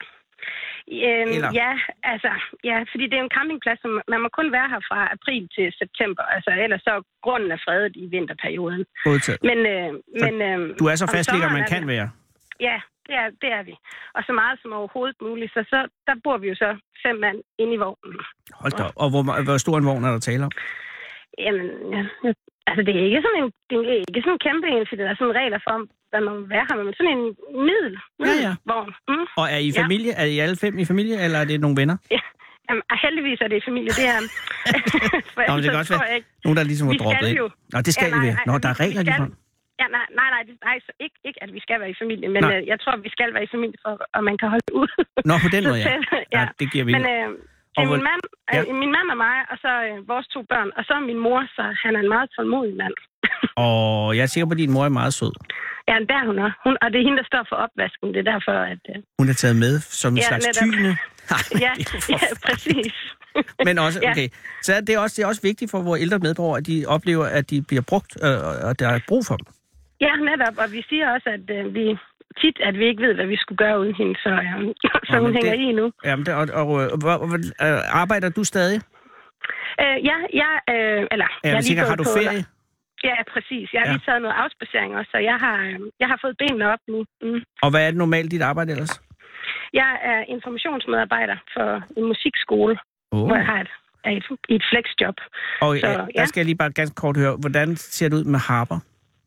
[SPEAKER 7] Øhm, ja, altså, ja, fordi det er en campingplads, som man må kun være her fra april til september. Altså, ellers så grunden er fredet i vinterperioden.
[SPEAKER 5] Godtaget.
[SPEAKER 7] Men, øh, men, øh,
[SPEAKER 5] du er så fastligger, man kan
[SPEAKER 7] vi,
[SPEAKER 5] være?
[SPEAKER 7] Ja, det er, det er vi. Og så meget som overhovedet muligt. Så, så der bor vi jo så fem mand inde i vognen.
[SPEAKER 5] Hold da op. Og hvor, hvor stor en vogn er der tale om?
[SPEAKER 7] Jamen, ja, altså det er ikke sådan en, det er ikke sådan en kæmpe en, fordi der er sådan regler for, hvad man må være her, men sådan en middel, middel ja, ja. vogn. Mm.
[SPEAKER 5] Og er I familie? Ja. Er I alle fem i familie, eller er det nogle venner?
[SPEAKER 7] Ja. Jamen, heldigvis er det i familie, det er...
[SPEAKER 5] Nå, men det kan også være nogen, der ligesom har droppet ind. Nå, det skal ja, nej, I Nå, der er regler lige for.
[SPEAKER 7] Ja, nej, nej, nej, nej så ikke, ikke, at vi skal være i familie, men øh, jeg tror, vi skal være i familie, for at man kan holde ud.
[SPEAKER 5] Nå, på den måde, ja.
[SPEAKER 7] ja.
[SPEAKER 5] ja. Det giver vi.
[SPEAKER 7] Men øh, det er min mand, ja. øh, min mand og mig, og så øh, vores to børn, og så min mor, så han er en meget tålmodig mand.
[SPEAKER 5] Og jeg er sikker på, at din mor er meget sød.
[SPEAKER 7] Ja, der er hun også. Hun, og det er hende, der står for opvasken. Det er derfor, at... Øh...
[SPEAKER 5] Hun er taget med som en
[SPEAKER 7] ja,
[SPEAKER 5] slags
[SPEAKER 7] netop.
[SPEAKER 5] tyne.
[SPEAKER 7] ja, ja, præcis.
[SPEAKER 5] Men også, okay. Så det er, også, det er også vigtigt for vores ældre medborgere, at de oplever, at de bliver brugt, øh, og der er brug for dem.
[SPEAKER 7] Ja, netop. Og vi siger også, at øh, vi tit, at vi ikke ved, hvad vi skulle gøre uden hende, så, øh, så ja, hun hænger det, i nu.
[SPEAKER 5] Jamen, det, og, og, og, og, og øh, arbejder du stadig?
[SPEAKER 7] Øh, ja, jeg... Øh, eller,
[SPEAKER 5] ja, jeg tænker, har du ferie?
[SPEAKER 7] Ja, præcis. Jeg har ja. lige taget noget afspacering også, så jeg har, øh, jeg har fået benene op nu. Mm.
[SPEAKER 5] Og hvad er det normalt, dit arbejde ellers?
[SPEAKER 7] Jeg er informationsmedarbejder for en musikskole, oh. hvor jeg har et, er et, et flexjob.
[SPEAKER 5] Og
[SPEAKER 7] så,
[SPEAKER 5] ja, der skal jeg lige bare ganske kort høre, hvordan ser det ud med harper?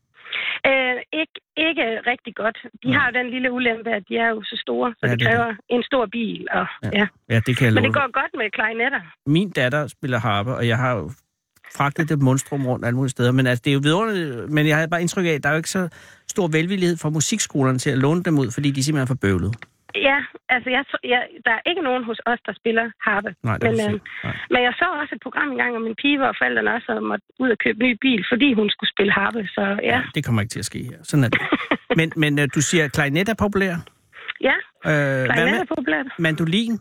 [SPEAKER 7] Øh, ikke, ikke rigtig godt. De ja. har jo den lille ulempe, at de er jo så store, så ja, det, det kræver det. en stor bil. Og,
[SPEAKER 5] ja.
[SPEAKER 7] Ja.
[SPEAKER 5] ja, det kan jeg love.
[SPEAKER 7] Men det går godt med klarinetter.
[SPEAKER 5] Min datter spiller harpe, og jeg har jo fragtet det monstrum rundt alle mulige steder. Men altså, det er jo vidunderligt, men jeg havde bare indtryk af, at der er jo ikke så stor velvillighed fra musikskolerne til at låne dem ud, fordi de simpelthen er for bøvlet.
[SPEAKER 7] Ja, altså jeg, jeg, der er ikke nogen hos os, der spiller harpe.
[SPEAKER 5] Nej, det
[SPEAKER 7] men, øh, Nej. men jeg så også et program engang om en pige, hvor forældrene også måtte ud og købe ny bil, fordi hun skulle spille harpe, så ja. ja
[SPEAKER 5] det kommer ikke til at ske her. Sådan er det. men, men uh, du siger, at klarinet er populær?
[SPEAKER 7] Ja,
[SPEAKER 5] øh,
[SPEAKER 7] klarinet er populær.
[SPEAKER 5] Mandolin?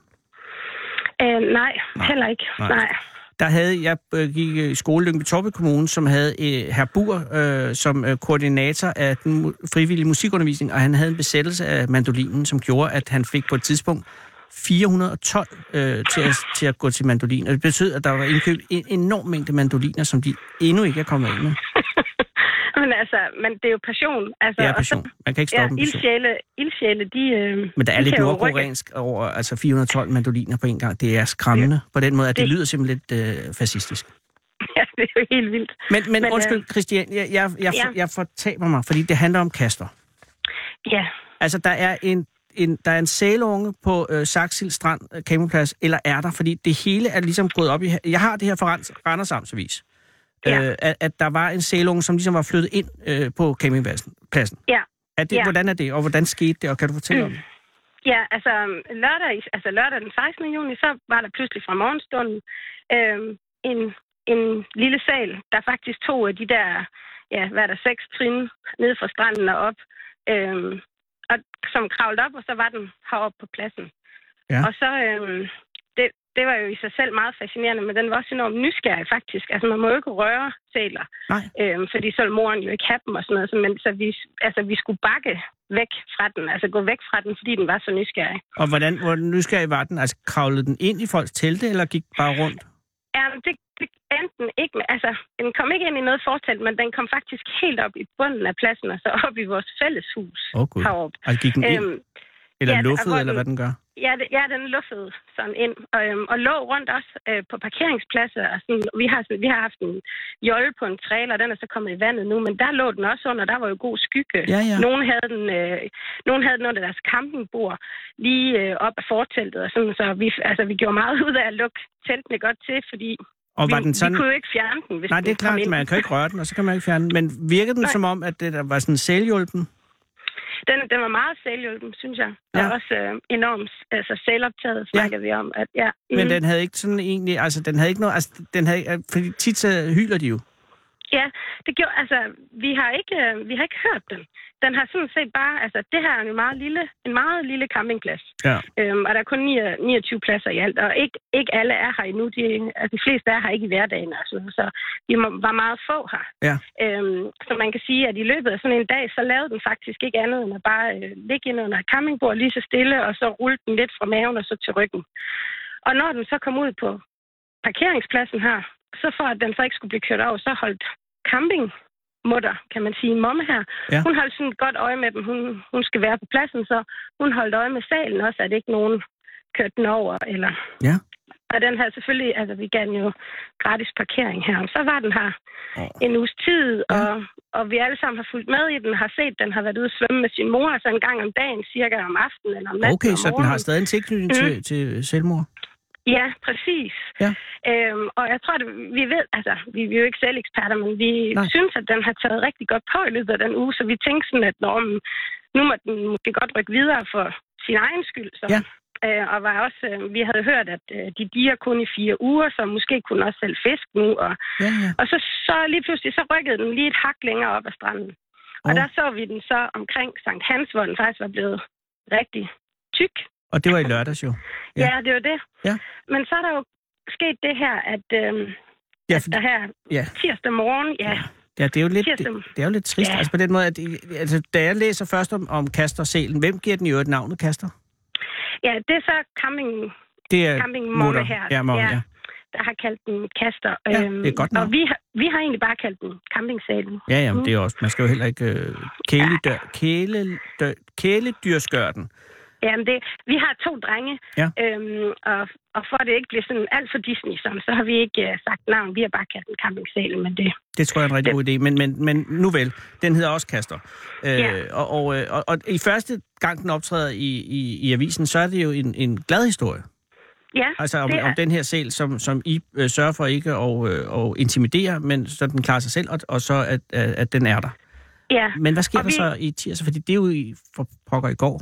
[SPEAKER 7] Øh, nej, nej, heller ikke. Nej. nej.
[SPEAKER 5] Der havde, jeg øh, gik i skole i Lyngby-Taarbæk Kommune, som havde øh, herr Bur øh, som øh, koordinator af den frivillige musikundervisning, og han havde en besættelse af mandolinen, som gjorde, at han fik på et tidspunkt fire hundrede og tolv øh, til, at, til at gå til mandolin. Og det betød, at der var indkøbt en enorm mængde mandoliner, som de endnu ikke er kommet af med.
[SPEAKER 7] Men altså, men det er jo passion. Altså,
[SPEAKER 5] det er passion. Man kan ikke stoppe
[SPEAKER 7] ja,
[SPEAKER 5] en passion.
[SPEAKER 7] Ildsjæle, ildsjæle, de øh,
[SPEAKER 5] Men der er
[SPEAKER 7] de
[SPEAKER 5] lidt nordkoreansk over altså fire hundrede og tolv mandoliner på en gang. Det er skræmmende ja. på den måde, at det, det lyder simpelthen lidt øh, fascistisk.
[SPEAKER 7] Ja, det er jo helt vildt.
[SPEAKER 5] Men, men, men undskyld, Christian, jeg, jeg, jeg, ja. jeg fortaber mig, fordi det handler om kaster.
[SPEAKER 7] Ja.
[SPEAKER 5] Altså, der er en En, der er en sælunge på øh, Saxil Strand øh, campingplads, eller er der? Fordi det hele er ligesom gået op i... Jeg har det her fra Randers Amtsavis. Ja. Øh, at, at der var en sælunge, som ligesom var flyttet ind øh, på campingpladsen.
[SPEAKER 7] Ja.
[SPEAKER 5] Er det,
[SPEAKER 7] ja.
[SPEAKER 5] Hvordan er det, og hvordan skete det, og kan du fortælle mm. om det?
[SPEAKER 7] Ja, altså lørdag, altså lørdag den sekstende juni, så var der pludselig fra morgenstunden øh, en, en lille sal, der faktisk tog de der, ja, hvad er der, seks trin ned fra stranden og op. Øh, Og som kravlede op, og så var den heroppe på pladsen. Ja. Og så, øhm, det, det var jo i sig selv meget fascinerende, men den var også enormt nysgerrig faktisk. Altså, man må jo ikke røre sæler, øhm, fordi så ville moren jo ikke have dem og sådan noget. Så, men, så vi, altså, vi skulle bakke væk fra den, altså gå væk fra den, fordi den var så nysgerrig.
[SPEAKER 5] Og hvordan, hvor nysgerrig var den? Altså, kravlede den ind i folks telte, eller gik bare rundt?
[SPEAKER 7] Ja, det, det enten ikke med, altså, den kom ikke ind i noget fortelt, men den kom faktisk helt op i bunden af pladsen, og så op i vores fælleshus
[SPEAKER 5] oh, heroppe. Altså gik den ind? Øhm, eller ja, luffede, eller hvad den gør?
[SPEAKER 7] Ja, det, ja, den luffede sådan ind, og, øhm, og lå rundt også øh, på parkeringspladser. Og sådan, vi, har, vi har haft en jolle på en trailer, den er så kommet i vandet nu, men der lå den også under, der var jo god skygge.
[SPEAKER 5] Ja, ja.
[SPEAKER 7] Nogen havde den, øh, nogen havde den under deres campingbord lige øh, op af forteltet, og sådan, så vi, altså, vi gjorde meget ud af at lukke teltene godt til, fordi
[SPEAKER 5] Og
[SPEAKER 7] vi,
[SPEAKER 5] var den sådan...
[SPEAKER 7] vi kunne jo ikke fjerne den, hvis
[SPEAKER 5] Nej, det er
[SPEAKER 7] den kom
[SPEAKER 5] klart,
[SPEAKER 7] ind.
[SPEAKER 5] man kan ikke røre den, og så kan man ikke fjerne den. Men virkede den
[SPEAKER 7] Nej.
[SPEAKER 5] som om, at det der var sådan selvhjulpen?
[SPEAKER 7] Den, den var meget selvhjulpen, synes jeg.
[SPEAKER 5] Ja.
[SPEAKER 7] Og også øh, enormt altså, selvoptaget, snakkede ja. vi om. At, ja. mm.
[SPEAKER 5] Men den havde ikke sådan egentlig... Altså, den havde ikke noget... Altså, den havde, fordi tit så hyler de jo.
[SPEAKER 7] Ja, det gjorde, altså, vi har ikke, øh, vi har ikke hørt den. Den har sådan set bare, altså, det her er en meget lille, en meget lille campingplads.
[SPEAKER 5] Ja.
[SPEAKER 7] Øhm, og der er kun niogtyve pladser i alt, og ikke, ikke alle er her endnu. De, altså, de fleste er her ikke i hverdagen, altså, så vi var meget få her.
[SPEAKER 5] Ja.
[SPEAKER 7] Øhm, så man kan sige, at i løbet af sådan en dag, så lavede den faktisk ikke andet end at bare øh, ligge ind under et campingbord lige så stille, og så rulle den lidt fra maven og så til ryggen. Og når den så kom ud på parkeringspladsen her, så for at den så ikke skulle blive kørt over, så holdt campingmutter, kan man sige, momme her. Ja. Hun holdt sådan et godt øje med dem. Hun, hun skal være på pladsen, så hun holdt øje med salen også, at ikke nogen kørte den over. Eller...
[SPEAKER 5] Ja.
[SPEAKER 7] Og den havde selvfølgelig, altså vi gav den jo gratis parkering her. Så var den her oh. en uges tid, ja. og, og vi alle sammen har fulgt med i den, har set, den har været ude at svømme med sin mor, altså en gang om dagen, cirka om aftenen eller om natten.
[SPEAKER 5] Okay,
[SPEAKER 7] om
[SPEAKER 5] så den har stadig en tilknytning mm. til, til selvmord?
[SPEAKER 7] Ja, præcis.
[SPEAKER 5] Ja.
[SPEAKER 7] Øhm, og jeg tror, at vi ved, altså, vi, vi er jo ikke selv eksperter, men vi Nej. synes, at den har taget rigtig godt på i løbet af den uge, så vi tænkte sådan, at når, nu må den måske godt rykke videre for sin egen skyld. Så,
[SPEAKER 5] ja.
[SPEAKER 7] øh, og var også, øh, vi havde hørt, at øh, de dier kun i fire uger, så måske kunne også selv fisk nu. Og,
[SPEAKER 5] ja, ja.
[SPEAKER 7] og så, så lige pludselig, så rykkede den lige et hak længere op ad stranden. Og oh. der så vi den så omkring Sankt Hans, hvor den faktisk var blevet rigtig tyk.
[SPEAKER 5] Og det var i lørdags jo.
[SPEAKER 7] Ja, ja det var det.
[SPEAKER 5] Ja.
[SPEAKER 7] Men så er der jo sket det her, at, øhm,
[SPEAKER 5] ja,
[SPEAKER 7] at der her
[SPEAKER 5] ja.
[SPEAKER 7] tirsdag morgen, ja.
[SPEAKER 5] Ja, det er jo lidt, det, det er jo lidt trist. Ja. Altså på den måde, at altså, da jeg læser først om, om Kaster Sælen, hvem giver den i øvrigt navnet Kaster?
[SPEAKER 7] Ja, det er så camping,
[SPEAKER 5] det er
[SPEAKER 7] campingmomme her.
[SPEAKER 5] Ja, momme, ja.
[SPEAKER 7] Der har kaldt den Kaster.
[SPEAKER 5] Ja, øhm, det er godt nok.
[SPEAKER 7] Og vi har, vi har egentlig bare kaldt den campingsalen.
[SPEAKER 5] Ja, jamen, mm. det er også. Man skal jo heller ikke øh, kæledør, kæle, dør, kæledyrsgørten.
[SPEAKER 7] Jamen, det, vi har to drenge,
[SPEAKER 5] ja.
[SPEAKER 7] øhm, og, og for at det ikke bliver sådan alt for Disney, så har vi ikke uh, sagt navn. Vi har bare kaldt den campingsalen, men det...
[SPEAKER 5] Det tror jeg er en rigtig det. god idé, men, men, men nu vel, den hedder også Kaster. Øh,
[SPEAKER 7] ja.
[SPEAKER 5] og, og, og, og i første gang, den optræder i, i, i avisen, så er det jo en, en glad historie.
[SPEAKER 7] Ja,
[SPEAKER 5] altså om, om den her sæl, som, som I øh, sørger for ikke at øh, og intimidere, men så den klarer sig selv, og, og så at, at, at den er der.
[SPEAKER 7] Ja.
[SPEAKER 5] Men hvad sker og der
[SPEAKER 7] vi...
[SPEAKER 5] så i tirsdag? Fordi det er jo i, for pokker i går.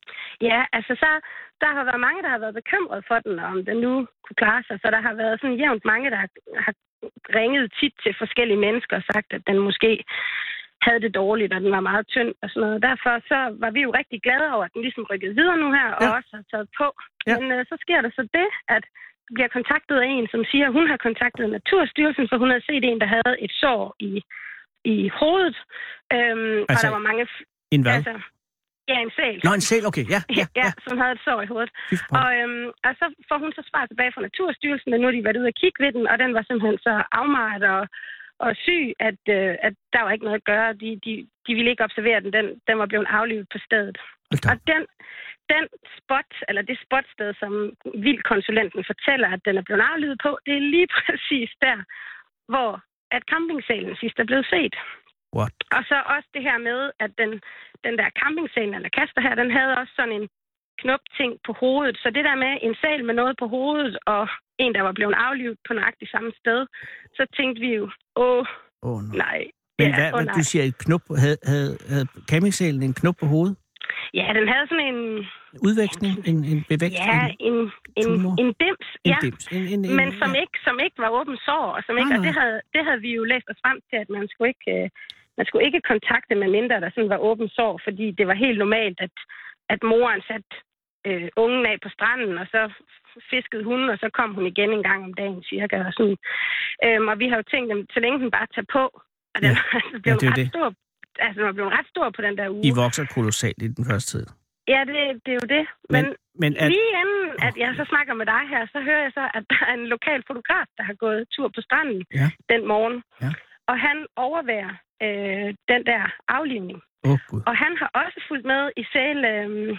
[SPEAKER 7] Ja, altså så, der har været mange, der har været bekymret for den, om den nu kunne klare sig. Så der har været sådan jævnt mange, der har, har ringet tit til forskellige mennesker og sagt, at den måske havde det dårligt, og den var meget tynd og sådan noget. Derfor så var vi jo rigtig glade over, at den ligesom rykkede videre nu her, og ja. også har taget på. Ja. Men øh, så sker der så det, at der bliver kontaktet af en, som siger, at hun har kontaktet Naturstyrelsen, for hun havde set en, der havde et sår i, i hovedet. Øhm, altså, og der var mange...
[SPEAKER 5] En hvad?
[SPEAKER 7] Altså, ja, en sæl.
[SPEAKER 5] Nå, en sæl, okay. Ja, ja,
[SPEAKER 7] ja. ja, som havde et sår i hovedet. Og, øhm, og så får hun så svar tilbage fra Naturstyrelsen, og nu har de været ude og kigge ved den, og den var simpelthen så afmaret og, og syg, at, øh, at der var ikke noget at gøre. De, de, de ville ikke observere den. den. Den var blevet aflivet på stedet. Okay. Og den, den spot, eller det spotsted, som vildkonsulenten fortæller, at den er blevet aflivet på, det er lige præcis der, hvor at campingsalen sidst er blevet set.
[SPEAKER 5] What?
[SPEAKER 7] Og så også det her med, at den, den der campingsalen, eller Kaster her, den havde også sådan en knopting på hovedet. Så det der med en sal med noget på hovedet, og en, der var blevet aflivet på nøjagtigt samme sted, så tænkte vi jo, åh,
[SPEAKER 5] oh, no.
[SPEAKER 7] nej.
[SPEAKER 5] Men
[SPEAKER 7] ja,
[SPEAKER 5] hvad,
[SPEAKER 7] åh,
[SPEAKER 5] hvad du siger, et knop, havde, havde, havde campingsalen en knop på hovedet?
[SPEAKER 7] Ja, den havde sådan en...
[SPEAKER 5] Udveksling? En, en bevækst?
[SPEAKER 7] Ja, en, en, en dims.
[SPEAKER 5] En
[SPEAKER 7] ja.
[SPEAKER 5] dims. En, en, en,
[SPEAKER 7] Men som,
[SPEAKER 5] ja.
[SPEAKER 7] ikke, som ikke var åben sår, og, som ikke,
[SPEAKER 5] ah,
[SPEAKER 7] og det, havde, det havde vi jo læst os frem til, at man skulle ikke... Øh, Man skulle ikke kontakte med mindre, der sådan var åben sår, fordi det var helt normalt, at, at moren satte øh, ungen af på stranden, og så fiskede hun, og så kom hun igen en gang om dagen cirka. Og, sådan. Øhm, og vi har jo tænkt, at så længe den bare tager på, og den ja. altså, blev ja, ret det. stor, altså den var blevet ret stor på den der uge.
[SPEAKER 5] I vokser kolossalt i den første tid.
[SPEAKER 7] Ja, det, det er jo det. Men, men, men at... lige inden, at jeg så snakker med dig her, så hører jeg så, at der er en lokal fotograf, der har gået tur på stranden
[SPEAKER 5] ja.
[SPEAKER 7] den morgen.
[SPEAKER 5] Ja.
[SPEAKER 7] Og han overværer øh, den der aflivning.
[SPEAKER 5] Oh, Gud.
[SPEAKER 7] Og han har også fulgt med i sæl, øh,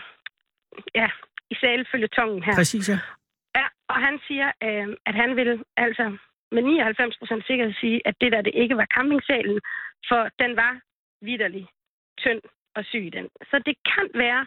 [SPEAKER 7] ja, i sælfølgetongen her.
[SPEAKER 5] Præcis, ja.
[SPEAKER 7] Ja, og han siger, øh, at han vil altså med nioghalvfems procent sikkerhed sige, at det der det ikke var campingsælen, for den var vitterlig tynd og syg den. Så det kan være,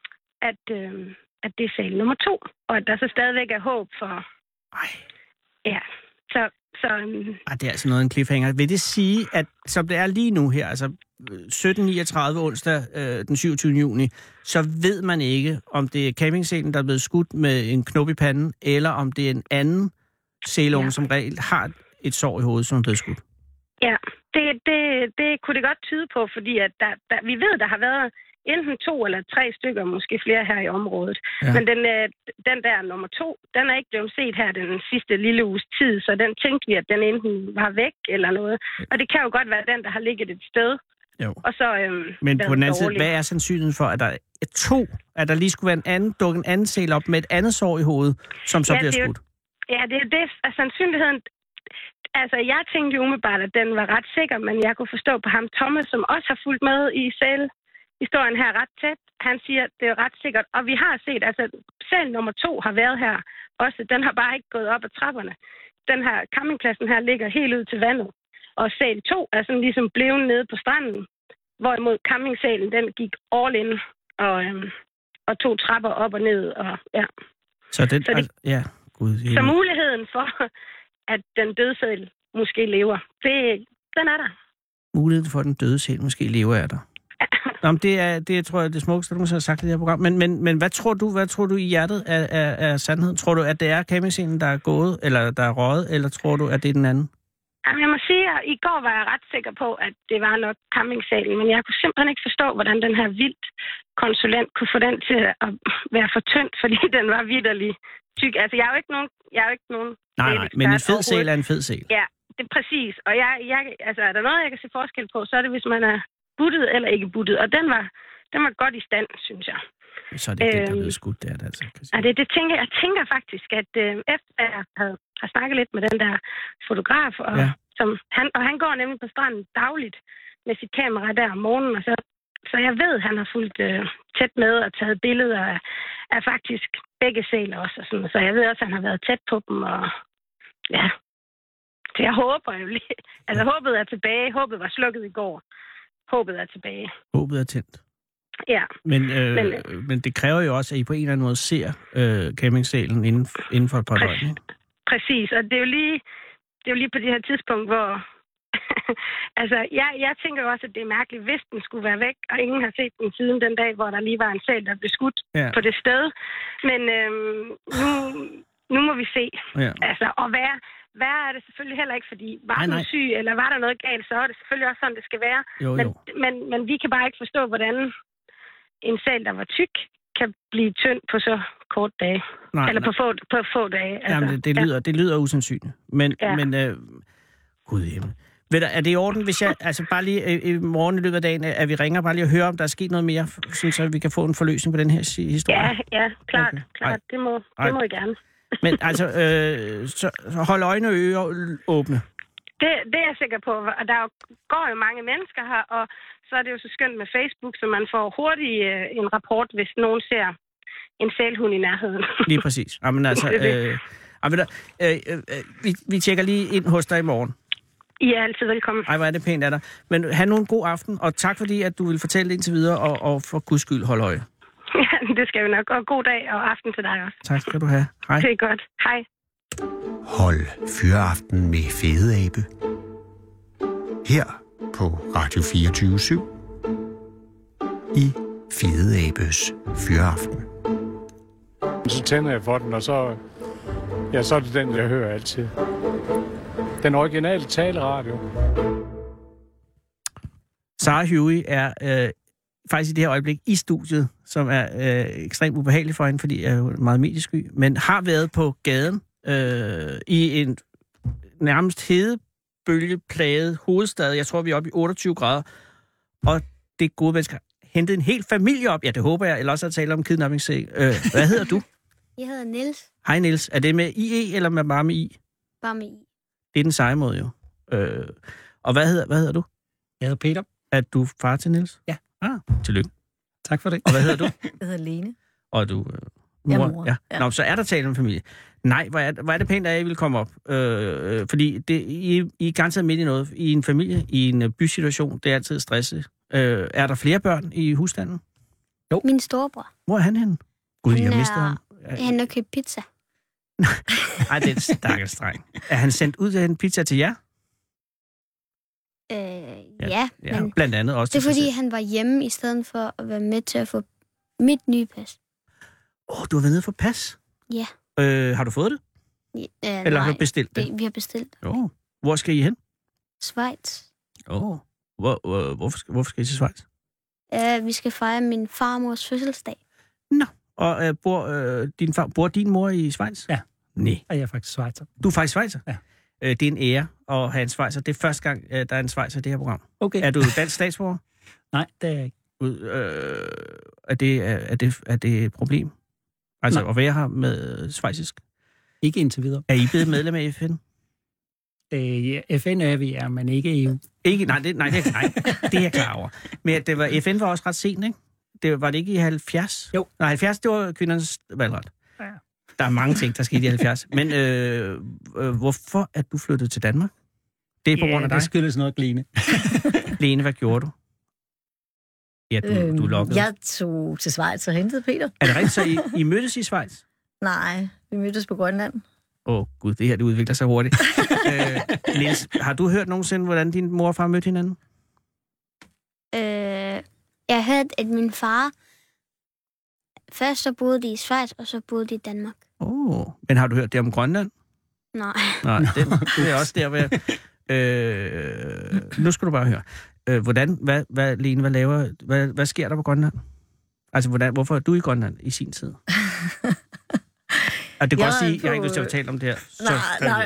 [SPEAKER 7] at, øh, at det er sæl nummer to, og at der så stadigvæk er håb for...
[SPEAKER 5] Ej.
[SPEAKER 7] Ja, så Så, øhm,
[SPEAKER 5] Ah, det er altså noget af en cliffhanger. Vil det sige, at som det er lige nu her, altså sytten niogtredive onsdag øh, den syvogtyvende juni, så ved man ikke, om det er campingsælen, der er blevet skudt med en knop i panden, eller om det er en anden sælunge, ja. som regel har et sår i hovedet, som er blevet skudt?
[SPEAKER 7] Ja, det, det, det kunne det godt tyde på, fordi at der, der, vi ved, der har været enten to eller tre stykker, måske flere her i området. Ja. Men den, den der nummer to, den er ikke blevet set her den sidste lille uges tid, så den tænkte vi, at den enten var væk eller noget. Og det kan jo godt være den, der har ligget et sted.
[SPEAKER 5] Jo.
[SPEAKER 7] Og så, øhm,
[SPEAKER 5] men på den anden side, hvad er sandsynligheden for, at der er to, at der lige skulle være en anden, dukke en anden sæl op med et andet sår i hovedet, som så ja, bliver skudt?
[SPEAKER 7] Jo, ja, det er det. Altså, sandsynligheden... Altså, jeg tænkte jo umiddelbart, at den var ret sikker, men jeg kunne forstå på ham, Thomas, som også har fulgt med i sælhistorien her ret tæt. Han siger, at det er ret sikkert. Og vi har set, altså, sæl nummer to har været her også. Den har bare ikke gået op ad trapperne. Den her campingpladsen her ligger helt ud til vandet. Og sæl to er sådan ligesom blevet nede på stranden. Hvorimod campingsælen, den gik all in og, øhm, og tog trapper op og ned. Og, ja.
[SPEAKER 5] Så, den,
[SPEAKER 7] så, det,
[SPEAKER 5] ja, Gud,
[SPEAKER 7] så muligheden for... at den døde sæl måske lever. Det, den er der.
[SPEAKER 5] Muligheden for, at den døde sæl måske lever er der. Nå, det er, det tror jeg, det smukkeste, du måske har sagt i det her program. Men, men, men hvad tror du, hvad tror du i hjertet af, af, af sandheden? Tror du, at det er campingsælen, der er gået, eller der er røget, eller tror du, at det er den anden?
[SPEAKER 7] Jamen, jeg må sige, at i går var jeg ret sikker på, at det var nok campingsælen, men jeg kunne simpelthen ikke forstå, hvordan den her vildt konsulent kunne få den til at være for tynd, fordi den var vitterlig tyk. Altså, jeg er jo ikke nogen... Jeg er jo ikke nogen
[SPEAKER 5] nej, nej, men en fed sæl er en fed sæl.
[SPEAKER 7] Ja, det er præcis. Og jeg, jeg, altså, er der noget, jeg kan se forskel på, så er det, hvis man er buttet eller ikke buttet. Og den var, den var godt i stand, synes jeg.
[SPEAKER 5] Så er det ikke øhm, den, der er blevet skudt der, altså.
[SPEAKER 7] Ja, det, det tænker, jeg tænker faktisk, at øh, efter jeg havde, har snakket lidt med den der fotograf, og, ja. som, han, og han går nemlig på stranden dagligt med sit kamera der om morgenen, og så, så jeg ved, at han har fulgt øh, tæt med og taget billeder af, af faktisk begge sæler også. Og sådan. Så jeg ved også, at han har været tæt på dem, og ja, så jeg håber jo lige, altså ja. håbet er tilbage, håbet var slukket i går, håbet er tilbage.
[SPEAKER 5] Håbet er tændt.
[SPEAKER 7] Ja.
[SPEAKER 5] Men, øh, men, men det kræver jo også, at I på en eller anden måde ser øh, campingsælen inden, inden for et par døgn, ikke?
[SPEAKER 7] Præcis, og det er jo lige, det er jo lige på det her tidspunkt, hvor... altså, jeg, jeg tænker jo også, at det er mærkeligt, hvis den skulle være væk, og ingen har set den siden den dag, hvor der lige var en sæl, der blev skudt ja. på det sted. Men øhm, nu, nu må vi se. Ja. Altså, og hvad, hvad er det selvfølgelig heller ikke, fordi var nej, nej. du syg, eller var der noget galt, så er det selvfølgelig også sådan, det skal være. Jo, men, jo. Men, men vi kan bare ikke forstå, hvordan en sæl, der var tyk, kan blive tynd på så kort dage. Nej, eller på få, på få dage. Altså,
[SPEAKER 5] jamen, det, det, lyder, ja. det lyder usandsynligt. Men, ja. men øh, gud hjemme. Ved du, er det i orden, hvis jeg, altså bare lige i, i morgen i løbet af dagen, at vi ringer bare lige og hører, om der er sket noget mere, så vi kan få en forløsning på den her historie?
[SPEAKER 7] Ja, ja, klart. Okay. klart. Det, må, det må I gerne.
[SPEAKER 5] Men altså, øh, så, så hold øjne og ører åbne.
[SPEAKER 7] Det, det er jeg sikker på, og der går jo mange mennesker her, og så er det jo så skønt med Facebook, så man får hurtigt øh, en rapport, hvis nogen ser en sælhund i nærheden.
[SPEAKER 5] Lige præcis. Jamen altså, øh, øh, øh, øh, vi, vi tjekker lige ind hos dig i morgen.
[SPEAKER 7] I er altid velkommen.
[SPEAKER 5] Ej, hvor er det pænt af dig. Men have nu en god aften, og tak fordi, at du vil fortælle det indtil videre, og, og for guds skyld hold øje.
[SPEAKER 7] Ja, det skal vi nok. Og god dag og aften til dig også.
[SPEAKER 5] Tak skal du have. Hej.
[SPEAKER 7] Det er godt. Hej.
[SPEAKER 3] Hold Fyraften med Fede Abe. Her på Radio fireogtyve syv. I Fede Abes Fyraften.
[SPEAKER 8] Så tænder jeg for den, og så, ja, så er det den, jeg hører altid. Den originale taleradio.
[SPEAKER 5] Sarah Huey er øh, faktisk i det her øjeblik i studiet, som er øh, ekstremt ubehageligt for hende, fordi jeg er jo meget mediesky, men har været på gaden øh, i en nærmest hedebølgeplaget hovedstad. Jeg tror, vi er oppe i otteogtyve grader. Og det gode mennesker hentet en hel familie op. Ja, det håber jeg. Eller også at tale om kidnappingssag. Øh, hvad hedder du?
[SPEAKER 9] Jeg hedder Niels.
[SPEAKER 5] Hej Niels. Er det med I E eller med bare med I?
[SPEAKER 9] Bare med I.
[SPEAKER 5] Det er den seje måde jo. Øh, og hvad hedder, hvad hedder du?
[SPEAKER 10] Jeg hedder Peter.
[SPEAKER 5] Er du far til Niels?
[SPEAKER 10] Ja.
[SPEAKER 5] Ah, tillykke.
[SPEAKER 10] Tak for det.
[SPEAKER 5] Og hvad hedder du?
[SPEAKER 9] Jeg hedder Lene.
[SPEAKER 5] Og du... Øh,
[SPEAKER 9] mor? Jeg er mor.
[SPEAKER 5] Ja. Ja. Nå, så er der tale om familie. Nej, hvor er, hvor er det pænt, at I vil komme op. Øh, fordi det, I, I er garanteret midt i noget. I en familie, i en bysituation. Det er altid stresset. Øh, er der flere børn i husstanden?
[SPEAKER 9] Jo. Min storebror.
[SPEAKER 5] Hvor er han henne? Gud,
[SPEAKER 9] han
[SPEAKER 5] jeg mister ham.
[SPEAKER 9] Han har købt pizza.
[SPEAKER 5] Nej, det er et stakkels dreng. Er han sendt ud til en pizza til jer?
[SPEAKER 9] Øh, ja,
[SPEAKER 5] Ja,
[SPEAKER 9] ja, men
[SPEAKER 5] blandt andet også
[SPEAKER 9] det er
[SPEAKER 5] til sig
[SPEAKER 9] fordi,
[SPEAKER 5] selv.
[SPEAKER 9] han var hjemme, i stedet for at være med til at få mit nye pas.
[SPEAKER 5] Åh, oh, du har været nede for pas?
[SPEAKER 9] Ja.
[SPEAKER 5] Øh, har du fået det?
[SPEAKER 9] Ja,
[SPEAKER 5] Eller
[SPEAKER 9] nej,
[SPEAKER 5] har du bestilt det?
[SPEAKER 9] det? Vi har bestilt det.
[SPEAKER 5] Oh. Hvor skal I hen?
[SPEAKER 9] Schweiz.
[SPEAKER 5] Åh. Oh. Hvor, hvor, hvorfor, skal, hvorfor skal I til Schweiz?
[SPEAKER 9] Uh, vi skal fejre min farmors fødselsdag.
[SPEAKER 5] Nå. Og øh, bor, øh, din far, bor din mor i Schweiz?
[SPEAKER 8] Ja.
[SPEAKER 5] Nej.
[SPEAKER 8] Og jeg er faktisk svejser.
[SPEAKER 5] Du er faktisk schweizer?
[SPEAKER 8] Ja.
[SPEAKER 5] Øh, det er en ære at have en schweizer. Det er første gang, øh, der er en schweizer i det her program.
[SPEAKER 8] Okay.
[SPEAKER 5] Er du dansk statsborger?
[SPEAKER 8] Nej, det er jeg ikke.
[SPEAKER 5] Øh, er, det, er, er, det, er det et problem? Altså
[SPEAKER 8] Nej.
[SPEAKER 5] at være her med schweizisk?
[SPEAKER 8] Ikke indtil videre.
[SPEAKER 5] Er I blevet medlem af F N?
[SPEAKER 8] Øh, ja, F N er vi, er, men ikke E U.
[SPEAKER 5] Ikke, nej, det, nej, det, nej, det er jeg klar over. Men det var, F N var også ret sent, ikke? Det, var det ikke i halvfjerds?
[SPEAKER 8] Jo.
[SPEAKER 5] Nej, halvfjerds, det var kvindernes valgret.
[SPEAKER 8] Ja.
[SPEAKER 5] Der er mange ting, der skete i halvfjerds. Men øh, øh, hvorfor er du flyttet til Danmark? Det er på
[SPEAKER 8] Ja,
[SPEAKER 5] grund af dig.
[SPEAKER 8] det skyldes nok Lene.
[SPEAKER 5] Lene, hvad gjorde du? Ja, du, øhm, du lokkede.
[SPEAKER 10] Jeg tog til Schweiz og hentede Peter.
[SPEAKER 5] Er det rigtigt, så I, I mødtes i Schweiz?
[SPEAKER 10] Nej, vi mødtes på Grønland.
[SPEAKER 5] Åh, oh, gud, det her det udvikler sig hurtigt. øh, Niels, har du hørt nogensinde, hvordan din mor og far mødte hinanden?
[SPEAKER 9] Øh, jeg hørte, at min far... Først så boede de i Schweiz, og så boede de i Danmark.
[SPEAKER 5] Åh, oh, men har du hørt det om Grønland?
[SPEAKER 9] Nej.
[SPEAKER 5] Nej, det, det er også der, hvor jeg... Øh, nu skal du bare høre. Øh, hvordan, hvad, hvad, Lene, hvad laver... Hvad, hvad sker der på Grønland? Altså, hvordan, hvorfor er du i Grønland i sin tid? Og det kan
[SPEAKER 10] Jeg
[SPEAKER 5] godt sige,
[SPEAKER 10] er på-
[SPEAKER 5] jeg har ikke lyst til at tale om det her. Så,
[SPEAKER 10] Nej, nej.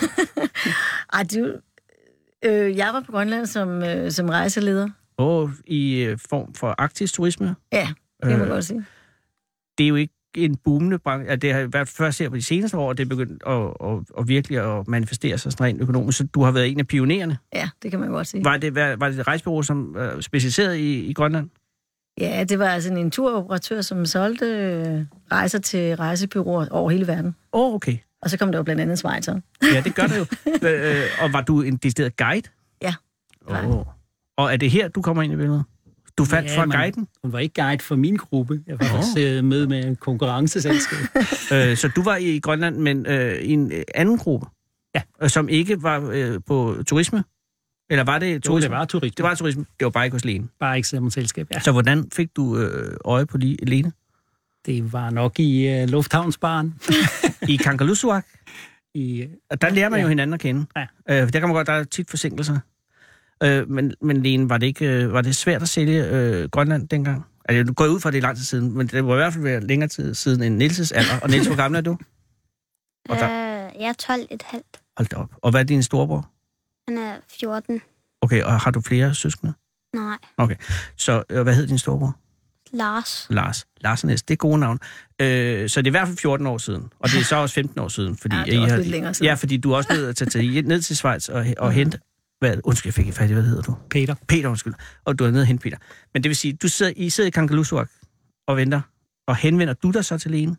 [SPEAKER 10] Ej, du, øh, jeg var på Grønland som, øh, som rejseleder.
[SPEAKER 5] Åh, i øh, form for arktisk turisme?
[SPEAKER 10] Ja, det kan man
[SPEAKER 5] Øh,
[SPEAKER 10] godt sige.
[SPEAKER 5] Det er jo ikke en boomende branche. Det har været først her på de seneste år, det er begyndt at, at, at virkelig at manifestere sig sådan rent økonomisk. Så du har været en af pionererne.
[SPEAKER 10] Ja, det kan man godt sige.
[SPEAKER 5] Var det, var, var det et rejsebureau, som er specialiseret i, i Grønland?
[SPEAKER 10] Ja, det var altså en turoperatør, som solgte øh, rejser til rejsebyråer over hele verden.
[SPEAKER 5] Åh, oh, okay.
[SPEAKER 10] Og så kom der jo blandt andet Schweizer.
[SPEAKER 5] Ja, det gør det jo. øh, og var du en decideret guide?
[SPEAKER 10] Ja.
[SPEAKER 5] Oh. Og er det her, du kommer ind i billedet? Du faldt
[SPEAKER 8] Ja,
[SPEAKER 5] fra
[SPEAKER 8] men
[SPEAKER 5] guiden?
[SPEAKER 8] Hun var ikke guide for min gruppe. Jeg var faktisk øh, med med en konkurrenceselskab.
[SPEAKER 5] øh, så du var i Grønland, men øh, i en øh, anden gruppe?
[SPEAKER 8] Ja.
[SPEAKER 5] Øh, som ikke var øh, på turisme? Eller var det turisme?
[SPEAKER 8] Jo, det var turisme.
[SPEAKER 5] Det var turisme. Det var bare ikke hos Lene.
[SPEAKER 8] Bare ikke som selskab, ja.
[SPEAKER 5] Så hvordan fik du øh, øje på lige Lene?
[SPEAKER 8] Det var nok i øh, Lufthavnsbaren.
[SPEAKER 5] I Kangerlussuaq?
[SPEAKER 8] I,
[SPEAKER 5] Og der lærer man
[SPEAKER 8] ja.
[SPEAKER 5] jo hinanden at kende.
[SPEAKER 8] Ja.
[SPEAKER 5] Øh, der kan man godt, der er tit forsinkelser. Øh, men, men Lene, var det ikke øh, var det svært at sælge øh, Grønland dengang? Altså, du går ud fra det lang tid siden, men det må i hvert fald være længere tid siden end Nielses alder. Og Niels, hvor gammel er du? Og
[SPEAKER 9] Øh,
[SPEAKER 5] der,
[SPEAKER 9] jeg er tolv et halvt.
[SPEAKER 5] hold da op. Og hvad er din storebror?
[SPEAKER 9] Han er fjorten.
[SPEAKER 5] Okay, og har du flere søskende?
[SPEAKER 9] Nej.
[SPEAKER 5] Okay, så øh, hvad hed din storebror?
[SPEAKER 9] Lars.
[SPEAKER 5] Lars. Lars og Niels, det er gode navn. Øh, så det er i hvert fald fjorten år siden, og det er så også femten år siden. Fordi
[SPEAKER 10] Ja, det er
[SPEAKER 5] I
[SPEAKER 10] også
[SPEAKER 5] har,
[SPEAKER 10] lidt længere siden.
[SPEAKER 5] Ja, fordi du er også nødt til at tage ned til Schweiz og, og hente... Hvad, undskyld, jeg fik ikke fat i, hvad hedder du?
[SPEAKER 8] Peter.
[SPEAKER 5] Peter, undskyld. Og du er nede og hente Peter. Men det vil sige, du sidder, I sidder i Kangerlussuaq og venter, og henvender du dig så til Lene?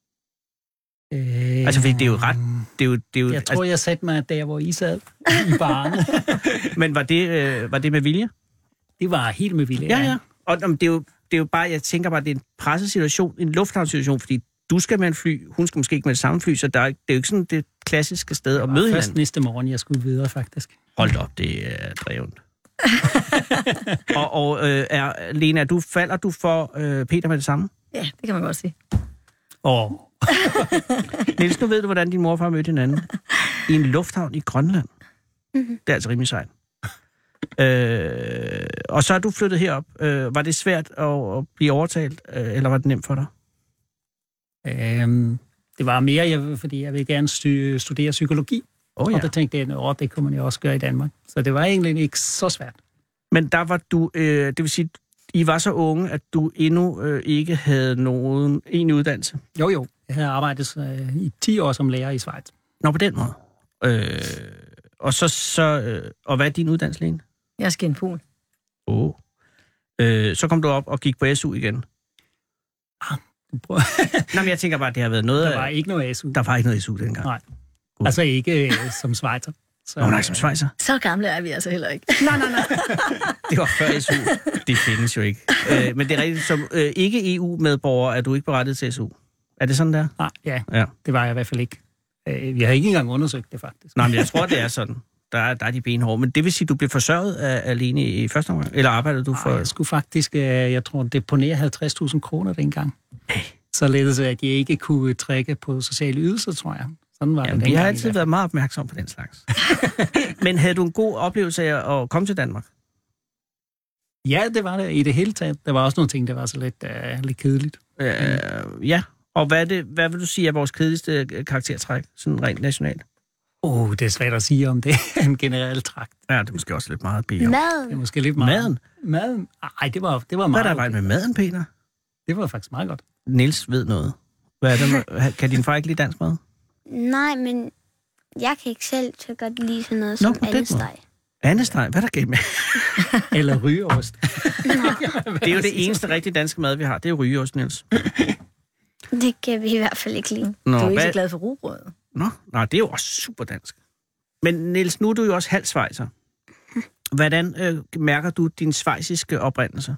[SPEAKER 8] Øh,
[SPEAKER 5] Altså, fordi det er jo ret... Det er jo, det er jo,
[SPEAKER 8] Jeg tror, jeg satte mig der, hvor I sad i baren.
[SPEAKER 5] altså, men var det, øh, var det med vilje?
[SPEAKER 8] Det var helt med vilje.
[SPEAKER 5] Ja, ja. Og jamen, det, er jo, det er jo bare, jeg tænker bare, det er en pressesituation, en lufthavnssituation, fordi du skal med en fly, hun skal måske ikke med det samme fly, så der er, det er jo ikke sådan det klassiske sted at møde
[SPEAKER 8] Først
[SPEAKER 5] hinanden.
[SPEAKER 8] næste morgen, jeg skulle videre, faktisk.
[SPEAKER 5] Hold op, det er drevent. og og øh, er, Lena, du, falder du for øh, Peter med det samme?
[SPEAKER 10] Ja, det kan man godt sige.
[SPEAKER 8] Åh,
[SPEAKER 5] Niels, nu ved du, hvordan din mor og far mødte hinanden. I en lufthavn i Grønland.
[SPEAKER 9] Mhm.
[SPEAKER 5] Det er altså rimelig sejt. Øh, og så er du flyttet herop. Øh, var det svært at, at blive overtalt, øh, eller var det nemt for dig?
[SPEAKER 8] øhm, det var mere, jeg, fordi jeg ville gerne stu- studere psykologi.
[SPEAKER 5] Oh, ja.
[SPEAKER 8] Og der tænkte jeg, at det kunne man jo også gøre i Danmark. Så det var egentlig ikke så svært.
[SPEAKER 5] Men der var du, øh, det vil sige, I var så unge, at du endnu øh, ikke havde nogen egentlig uddannelse.
[SPEAKER 8] Jo, jo. Jeg havde arbejdet øh, i ti år som lærer i Schweiz.
[SPEAKER 5] Nå, på den måde. Øh, og så, så øh, og hvad er din uddannelse, Lene?
[SPEAKER 10] Jeg skal en pool.
[SPEAKER 5] Åh. Oh. Øh, så kom du op og gik på S U igen. Nå, men jeg tænker bare, at det har været noget...
[SPEAKER 8] Der var ikke noget S U.
[SPEAKER 5] Der var ikke noget S U dengang.
[SPEAKER 8] Nej. Altså ikke øh, som Schweizer. Så,
[SPEAKER 5] Nå, nej, som Schweizer.
[SPEAKER 10] Så gamle er vi altså heller ikke.
[SPEAKER 5] Nej, nej, nej. Det var før S U. Det findes jo ikke. Øh, men det er rigtigt, som øh, ikke E U-medborger er du ikke berettiget til S U. Er det sådan der?
[SPEAKER 8] Nej, ja.
[SPEAKER 5] Ja.
[SPEAKER 8] Det var jeg i hvert fald ikke.
[SPEAKER 11] Øh, vi har ikke engang undersøgt det, faktisk.
[SPEAKER 5] Nej, men jeg tror, det er sådan. Der er, der er de benhårde. Men det vil sige, at du bliver forsørget af, alene i første omgang? Eller arbejder du for...
[SPEAKER 11] Ej, jeg skulle faktisk, jeg tror, deponere halvtreds tusind kroner dengang. Hey. Således at jeg ikke kunne trække på sociale ydelser, tror jeg. Sådan var
[SPEAKER 5] Jamen,
[SPEAKER 11] det.
[SPEAKER 5] Vi har altid været meget opmærksom på den slags. Men havde du en god oplevelse af at komme til Danmark?
[SPEAKER 11] Ja, det var det i det hele taget. Der var også nogle ting, der var så lidt, uh, lidt kedeligt.
[SPEAKER 5] Uh, ja, og hvad, er det, hvad vil du sige er vores kedeligste karaktertræk, sådan rent nationalt?
[SPEAKER 11] Åh, oh, det er svært at sige, om det er en generel trakt.
[SPEAKER 5] Ja, det er måske også lidt meget at bede
[SPEAKER 9] om.
[SPEAKER 10] Maden.
[SPEAKER 11] Det er måske lidt meget.
[SPEAKER 5] Maden?
[SPEAKER 11] Maden? Ej, det var, det var meget...
[SPEAKER 5] Hvad er der okay. med maden, Peter?
[SPEAKER 11] Det var faktisk meget godt.
[SPEAKER 5] Niels ved noget. Hvad er det med, kan din far ikke lide dansk mad?
[SPEAKER 9] Nej, men jeg kan ikke selv så godt lide sådan noget Nå, som andesteg.
[SPEAKER 5] Andesteg? Hvad er der galt med?
[SPEAKER 11] Eller rygeost.
[SPEAKER 5] Det er jo det eneste rigtige danske mad, vi har. Det er jo rygeost, Niels.
[SPEAKER 9] Det kan vi i hvert fald ikke lide.
[SPEAKER 10] Nå, du er ikke
[SPEAKER 5] hvad?
[SPEAKER 10] så glad for rugbrød.
[SPEAKER 5] Nå, nej, det er jo også super dansk. Men Niels, nu er du jo også halv schweizer. Hvordan øh, mærker du din schweiziske oprindelse?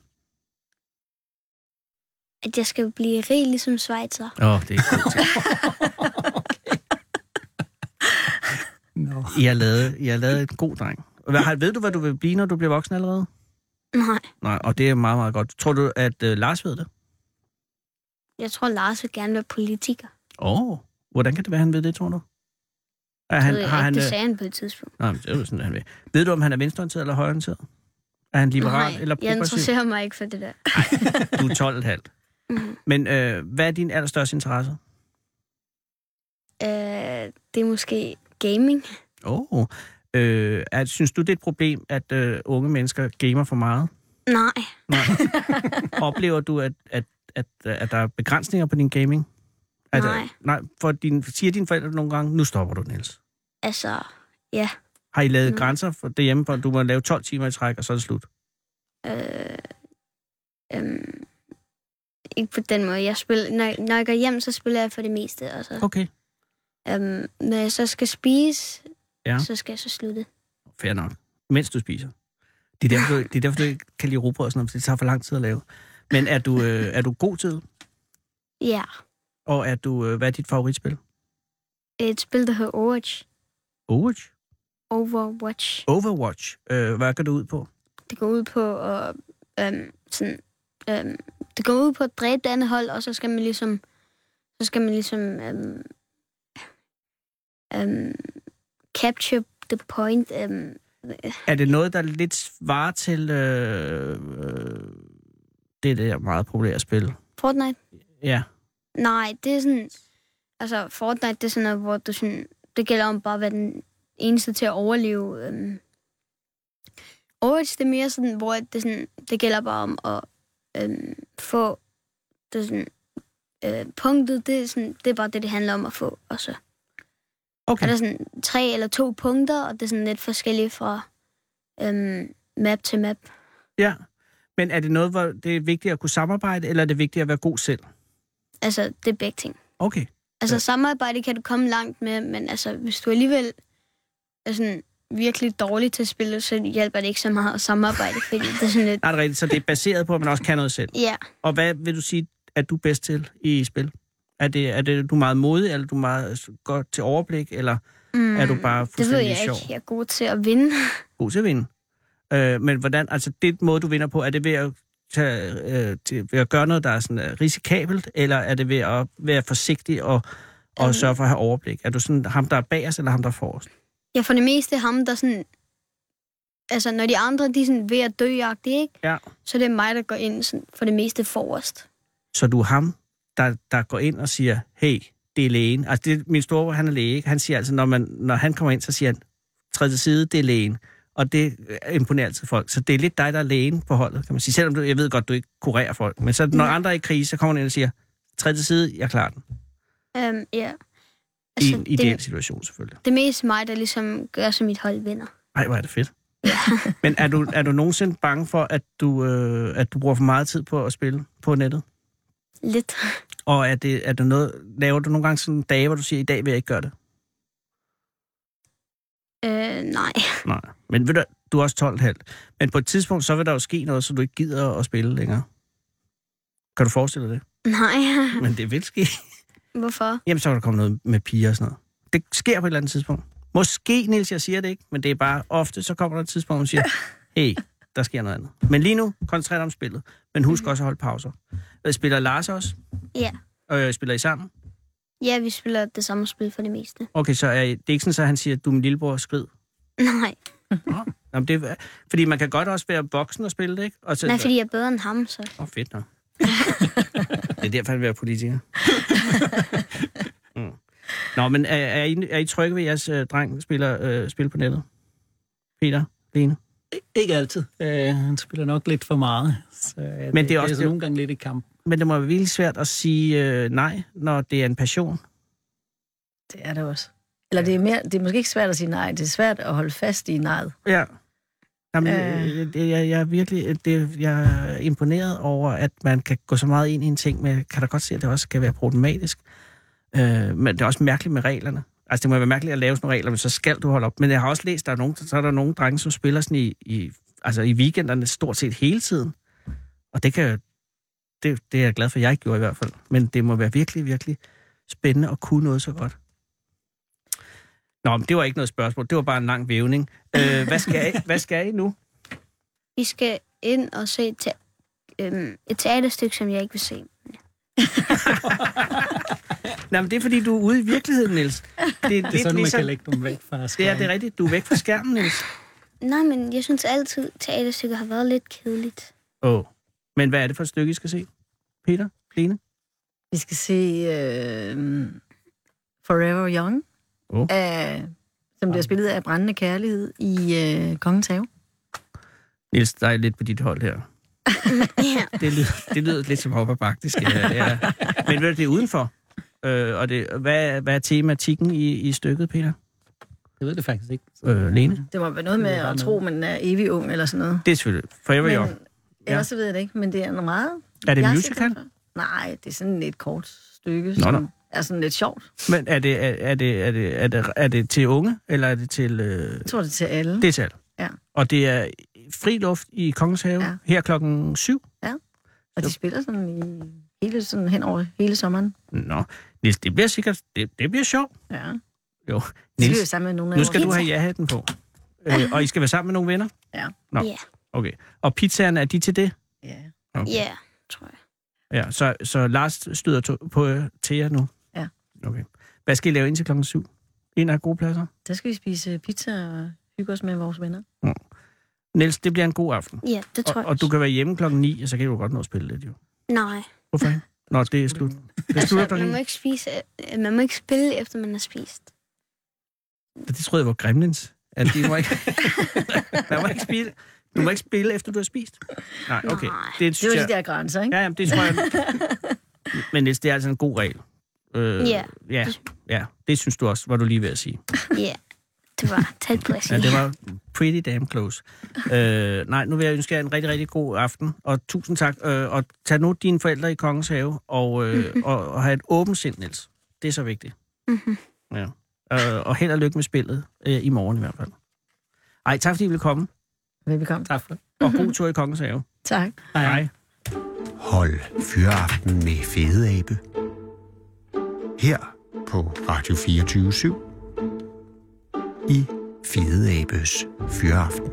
[SPEAKER 9] At jeg skal blive rig ligesom schweizer.
[SPEAKER 5] Åh, oh, det er godt til. No. I har lavet, I har lavet et god dreng. Hvad, ved du, hvad du vil blive, når du bliver voksen allerede?
[SPEAKER 9] Nej.
[SPEAKER 5] Nej, og det er meget, meget godt. Tror du, at uh, Lars ved det?
[SPEAKER 9] Jeg tror, Lars vil gerne være politiker.
[SPEAKER 5] Åh, oh, hvordan kan det være, han ved det, tror du? Er han,
[SPEAKER 9] det ved
[SPEAKER 5] har
[SPEAKER 9] jeg
[SPEAKER 5] han,
[SPEAKER 9] ikke, det sagde han på et tidspunkt.
[SPEAKER 5] Nej, det er jo sådan, han ved. Ved du, om han er venstreorienteret eller højreorienteret? Er han liberal
[SPEAKER 9] Nej,
[SPEAKER 5] eller progressiv?
[SPEAKER 9] jeg interesserer mig ikke for det der.
[SPEAKER 5] Nej, du er tolv komma fem. Mm-hmm. Men øh, hvad er din allerstørste interesse?
[SPEAKER 9] Øh, det er måske gaming.
[SPEAKER 5] Åh, oh, øh, at, synes du, det er et problem, at øh, unge mennesker gamer for meget?
[SPEAKER 9] Nej.
[SPEAKER 5] Nej. Oplever du, at, at, at, at der er begrænsninger på din gaming? At,
[SPEAKER 9] nej.
[SPEAKER 5] Nej, for din, siger dine forældre nogle gange, nu stopper du, Niels?
[SPEAKER 9] Altså, ja.
[SPEAKER 5] Har I lavet
[SPEAKER 9] mm.
[SPEAKER 5] grænser for derhjemme, for at du må lave tolv timer i træk, og så er det slut?
[SPEAKER 9] Øh, øhm, ikke på den måde. Jeg spiller, når, når jeg går hjem, så spiller jeg for det meste. Og så,
[SPEAKER 5] okay.
[SPEAKER 9] Øhm, når jeg så skal spise,
[SPEAKER 5] ja.
[SPEAKER 9] så skal jeg så slutte.
[SPEAKER 5] Fair nok. Mens du spiser. Det er derfor, du, det er derfor, du ikke kan lide rugbrød og sådan noget, for det tager for lang tid at lave. Men er du, øh, er du god til?
[SPEAKER 9] Ja.
[SPEAKER 5] Og er du, øh, hvad er dit favoritspil?
[SPEAKER 9] Et spil, der hedder Overwatch.
[SPEAKER 5] Overwatch?
[SPEAKER 9] Overwatch.
[SPEAKER 5] Overwatch. Øh, hvad går det ud på?
[SPEAKER 9] Det går ud på at øhm, sådan, øhm, det går ud på at dræbe det andet hold, og så skal man ligesom så skal man ligesom øhm, øhm, capture the point. Øhm,
[SPEAKER 5] er det noget, der lidt svarer til øh, øh, det der meget populære spil?
[SPEAKER 9] Fortnite?
[SPEAKER 5] Ja.
[SPEAKER 9] Nej, det er sådan... Altså, Fortnite, det er sådan noget, hvor du sådan... Det gælder om bare at være den eneste til at overleve. Øhm. Overwatch, det er mere sådan, hvor det, sådan, det gælder bare om at øhm, få... Det er sådan... Øh, punktet, det er, sådan, det er bare det, det handler om at få. Og så
[SPEAKER 5] okay.
[SPEAKER 9] er der sådan tre eller to punkter, og det er sådan lidt forskelligt fra øhm, map til map.
[SPEAKER 5] Ja, men er det noget, hvor det er vigtigt at kunne samarbejde, eller er det vigtigt at være god selv?
[SPEAKER 9] Altså, det er begge ting.
[SPEAKER 5] Okay.
[SPEAKER 9] Altså,
[SPEAKER 5] ja.
[SPEAKER 9] samarbejde kan du komme langt med, men altså, hvis du alligevel er sådan virkelig dårlig til at spille, så hjælper det ikke så meget at samarbejde, fordi det er sådan lidt...
[SPEAKER 5] Er det rigtigt? Så det er baseret på, at man også kan noget selv?
[SPEAKER 9] Ja.
[SPEAKER 5] Og hvad vil du sige, at du er bedst til i spil? Er det, er det du er meget modig, eller du er meget godt til overblik, eller mm, er du bare fuldstændig sjov?
[SPEAKER 9] Det ved jeg sjov? ikke. Jeg er god til at vinde.
[SPEAKER 5] God til at vinde. Øh, men hvordan, altså det måde, du vinder på, er det ved at, tage, øh, til, ved at gøre noget, der er sådan risikabelt, eller er det ved at være forsigtig og, og um, sørge for at have overblik? Er du sådan ham, der er bagerst, eller ham, der er forrest?
[SPEAKER 9] Ja, for det meste ham, der sådan... Altså, når de andre, de er sådan ved at dø-agtige, ikke?
[SPEAKER 5] Ja.
[SPEAKER 9] Så det er mig, der går ind sådan, for det meste forrest.
[SPEAKER 5] Så du er ham, der, der går ind og siger, hey, det er lægen. Altså, det, min storebror, han er læge, ikke? Han siger altså, når, man, når han kommer ind, så siger han, tredje side, det er lægen. Og det imponerer altid folk. Så det er lidt dig, der er lægen på holdet, kan man sige. Selvom du, jeg ved godt, du ikke kurerer folk. Men så når ja. andre er i krise, så kommer han ind og siger, tredje side, jeg klarer den.
[SPEAKER 9] Um, ja.
[SPEAKER 5] Altså, I en ideel situation, selvfølgelig.
[SPEAKER 9] Det er mest mig, der ligesom gør, så mit hold vinder.
[SPEAKER 5] Ej, hvor er det fedt. Ja. Men er du, er du nogensinde bange for, at du, øh, at du bruger for meget tid på at spille på nettet?
[SPEAKER 9] Lidt.
[SPEAKER 5] Og er det, er det noget, laver du nogle gange sådan dage, hvor du siger, i dag vil jeg ikke gøre det?
[SPEAKER 9] Øh, nej.
[SPEAKER 5] Nej, men ved du, du er også tolv komma fem. Men på et tidspunkt, så vil der jo ske noget, så du ikke gider at spille længere. Kan du forestille dig det?
[SPEAKER 9] Nej.
[SPEAKER 5] Men det vil ske.
[SPEAKER 9] Hvorfor?
[SPEAKER 5] Jamen, så kan der komme noget med piger og sådan noget. Det sker på et eller andet tidspunkt. Måske, Niels, jeg siger det ikke, men det er bare ofte, så kommer der et tidspunkt, hvor man siger, hey, der sker noget andet. Men lige nu, koncentrer dig om spillet. Men husk mm. også at holde pauser. Spiller Lars også?
[SPEAKER 9] Ja.
[SPEAKER 5] Øh, spiller I sammen?
[SPEAKER 9] Ja, vi spiller det samme spil for det meste.
[SPEAKER 5] Okay, så er I, det er ikke sådan, at han siger, at du er min lillebror, skrid?
[SPEAKER 9] Nej.
[SPEAKER 5] Nå, jamen det er, fordi man kan godt også være voksen og spille det, ikke? Og så,
[SPEAKER 9] Nej, fordi jeg er bedre end ham, så.
[SPEAKER 5] Åh, oh, fedt nok. Det er derfor, han vil være politiker. mm. Nå, men er, er, I, er I trygge ved, at jeres øh, dreng spiller øh, spil på nettet? Peter? Lene?
[SPEAKER 11] Ikke altid. Øh, han spiller nok lidt for meget. Så, ja,
[SPEAKER 5] men det er også
[SPEAKER 11] det er nogle gange lidt i kamp.
[SPEAKER 5] Men det må være virkelig svært at sige øh, nej, når det er en passion.
[SPEAKER 10] Det er det også. Eller det er, mere, det er måske ikke svært at sige nej, det er svært at holde fast i nejet.
[SPEAKER 5] Ja. Jamen,
[SPEAKER 10] Øh.
[SPEAKER 5] øh. det, jeg, jeg er virkelig det, jeg er imponeret over, at man kan gå så meget ind i en ting, men kan da godt se, at det også kan være problematisk. Øh, men det er også mærkeligt med reglerne. Altså, det må være mærkeligt at lave sådan nogle regler, men så skal du holde op. Men jeg har også læst, der er nogen, så er der nogle drenge, som spiller sådan i, i, altså i weekenderne stort set hele tiden. Og det kan det, det er jeg glad for, at jeg ikke gjorde i hvert fald. Men det må være virkelig, virkelig spændende at kunne noget så godt. Nå, men det var ikke noget spørgsmål. Det var bare en lang vævning. Øh, hvad, skal I, hvad skal I nu?
[SPEAKER 9] Vi skal ind og se te- øhm, et teaterstykke, som jeg ikke vil se.
[SPEAKER 5] Nej, men det er, fordi du er ude i virkeligheden, Niels. Det,
[SPEAKER 11] Det er sådan, man
[SPEAKER 5] ligesom,
[SPEAKER 11] kan lægge dem væk fra
[SPEAKER 5] det
[SPEAKER 11] skærmen.
[SPEAKER 5] er det rigtigt. Du er væk fra skærmen, Niels.
[SPEAKER 9] Nej, men jeg synes altid, teaterstykker har været lidt kedeligt.
[SPEAKER 5] Åh. Oh. Men hvad er det for et stykke, I skal se? Peter? Lene?
[SPEAKER 10] Vi skal se uh, Forever Young,
[SPEAKER 5] oh.
[SPEAKER 10] uh, som bliver spillet af Brændende Kærlighed i uh, Kongens Have.
[SPEAKER 5] Niels, der er lidt på dit hold her. det, lyder, det lyder lidt som hopperbagtisk. Ja, ja. Men hvad er det udenfor? Øh, og det, hvad, hvad er tematikken i, i stykket, Peter?
[SPEAKER 11] Jeg ved det faktisk ikke.
[SPEAKER 5] Øh, Lene?
[SPEAKER 10] Det må være noget med at tro, man er evig ung eller sådan noget.
[SPEAKER 5] Det er selvfølgelig. Forever Young.
[SPEAKER 10] Men ellers så ved jeg det ikke, men det er noget meget...
[SPEAKER 5] Er det
[SPEAKER 10] Jeg har
[SPEAKER 5] musical?
[SPEAKER 10] set det før. Nej, det er sådan et kort stykke,
[SPEAKER 5] Nå,
[SPEAKER 10] som
[SPEAKER 5] nå.
[SPEAKER 10] er sådan lidt sjovt.
[SPEAKER 5] Men er det, er, er, det, er, det, er, det, er det til unge, eller er det til... Øh...
[SPEAKER 10] Jeg tror, det er til alle.
[SPEAKER 5] Det er til alle.
[SPEAKER 10] Ja.
[SPEAKER 5] Og det er fri luft i Kongens Have, ja. Her klokken syv?
[SPEAKER 10] Ja, og de spiller sådan, i hele, sådan hen over hele sommeren.
[SPEAKER 5] Nå, Niels, det bliver sikkert... Det, det bliver sjovt.
[SPEAKER 10] Ja.
[SPEAKER 5] Jo.
[SPEAKER 10] Så
[SPEAKER 5] Niels,
[SPEAKER 10] bliver vi sammen med nogle af
[SPEAKER 5] nu skal
[SPEAKER 10] vores
[SPEAKER 5] du have ja-hatten på. øh, og I skal være sammen med nogle venner?
[SPEAKER 10] Ja.
[SPEAKER 5] Nå,
[SPEAKER 9] Ja.
[SPEAKER 5] okay. Og pizzaerne, er de til det?
[SPEAKER 10] Ja.
[SPEAKER 5] Okay.
[SPEAKER 9] Ja, tror jeg.
[SPEAKER 5] Ja, så, så Lars støder to, på øh, til jer nu?
[SPEAKER 10] Ja.
[SPEAKER 5] Okay. Hvad skal I lave indtil klokken syv? En af gode pladser?
[SPEAKER 10] Der skal vi spise pizza og hygge os med vores venner.
[SPEAKER 5] Ja. Niels, det bliver en god aften.
[SPEAKER 9] Ja, det tror
[SPEAKER 5] og,
[SPEAKER 9] jeg.
[SPEAKER 5] og du kan være hjemme klokken ni, og så kan du godt nå at spille lidt, jo.
[SPEAKER 9] Nej.
[SPEAKER 5] Hvorfor ikke? Nå, det er slut. Det er slut
[SPEAKER 9] Altså, man må ikke spise, øh, man må ikke spille, efter man har spist.
[SPEAKER 5] Det troede jeg var Gremlins. At de må ikke... man må ikke spille... Du må ikke spille, efter du har spist. Nej, okay.
[SPEAKER 10] Nej, det, det var de der grænser, ikke?
[SPEAKER 5] Ja, jamen, det tror jeg... Men Niels, det er altså en god regel. Øh,
[SPEAKER 9] Ja.
[SPEAKER 5] ja. Ja, det synes du også, var du lige ved at sige.
[SPEAKER 9] Ja, det var tæt på at sige.
[SPEAKER 5] Ja, det var pretty damn close. øh, nej, nu vil jeg ønske jer en rigtig, rigtig god aften, og tusind tak. Øh, og tag nu dine forældre i Kongens Have, og, øh,
[SPEAKER 9] Mhm.
[SPEAKER 5] og, og have et åbent sind, Niels. Det er så vigtigt.
[SPEAKER 9] Mhm.
[SPEAKER 5] Ja. Øh, og held og lykke med spillet, øh, i morgen i hvert fald. Ej, tak fordi I ville komme.
[SPEAKER 10] Velbekomme.
[SPEAKER 11] Tak for det.
[SPEAKER 5] Og god tur i Kongens Have.
[SPEAKER 10] Tak.
[SPEAKER 5] Hej. Hej.
[SPEAKER 3] Hold Fyraften med Fede Abe. Her på Radio fireogtyve syv. I Fede Abes Fyraften.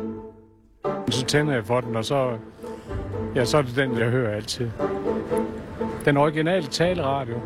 [SPEAKER 8] Så tænder jeg for den, og så, ja, så er det den, jeg hører altid. Den originale taleradio.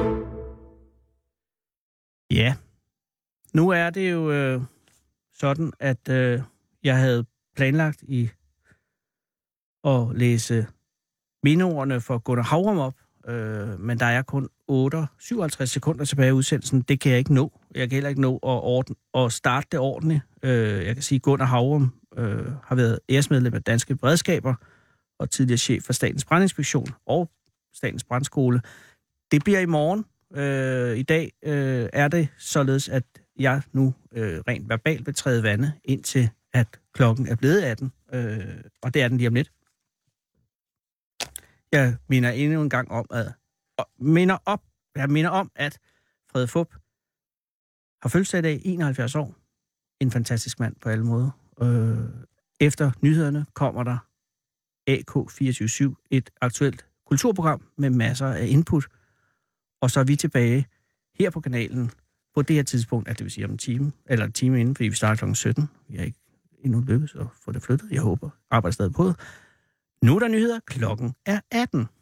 [SPEAKER 5] Ja. Nu er det jo øh, sådan, at øh, jeg havde planlagt i at læse mindeordene for Gunnar Haurum op, øh, men der er kun otte, syvoghalvtreds sekunder tilbage i udsendelsen. Det kan jeg ikke nå. Jeg kan heller ikke nå at, orden, at starte det ordentligt. Øh, jeg kan sige, at Gunnar Haurum øh, har været æresmedlem af Danske Beredskaber og tidligere chef for Statens Brandinspektion og Statens Brandskole. Det bliver i morgen. Øh, I dag øh, er det således, at jeg nu øh, rent verbalt vil træde vandet, indtil at klokken er blevet atten. Øh, og det er den lige om lidt. Jeg minder endnu en gang om, at minder op, jeg minder om, at Frede Fup har fødselsdag i dag, enoghalvfjerds år. En fantastisk mand på alle måder. Øh, efter nyhederne kommer der A K fireogtyve syv, et aktuelt kulturprogram med masser af input. Og så er vi tilbage her på kanalen på det her tidspunkt, at det vil sige om en time, eller en time inden, fordi vi starter klokken sytten. Vi har ikke endnu lykkedes at få det flyttet. Jeg håber, arbejder stadig på det. Nu er der nyheder. Klokken er atten.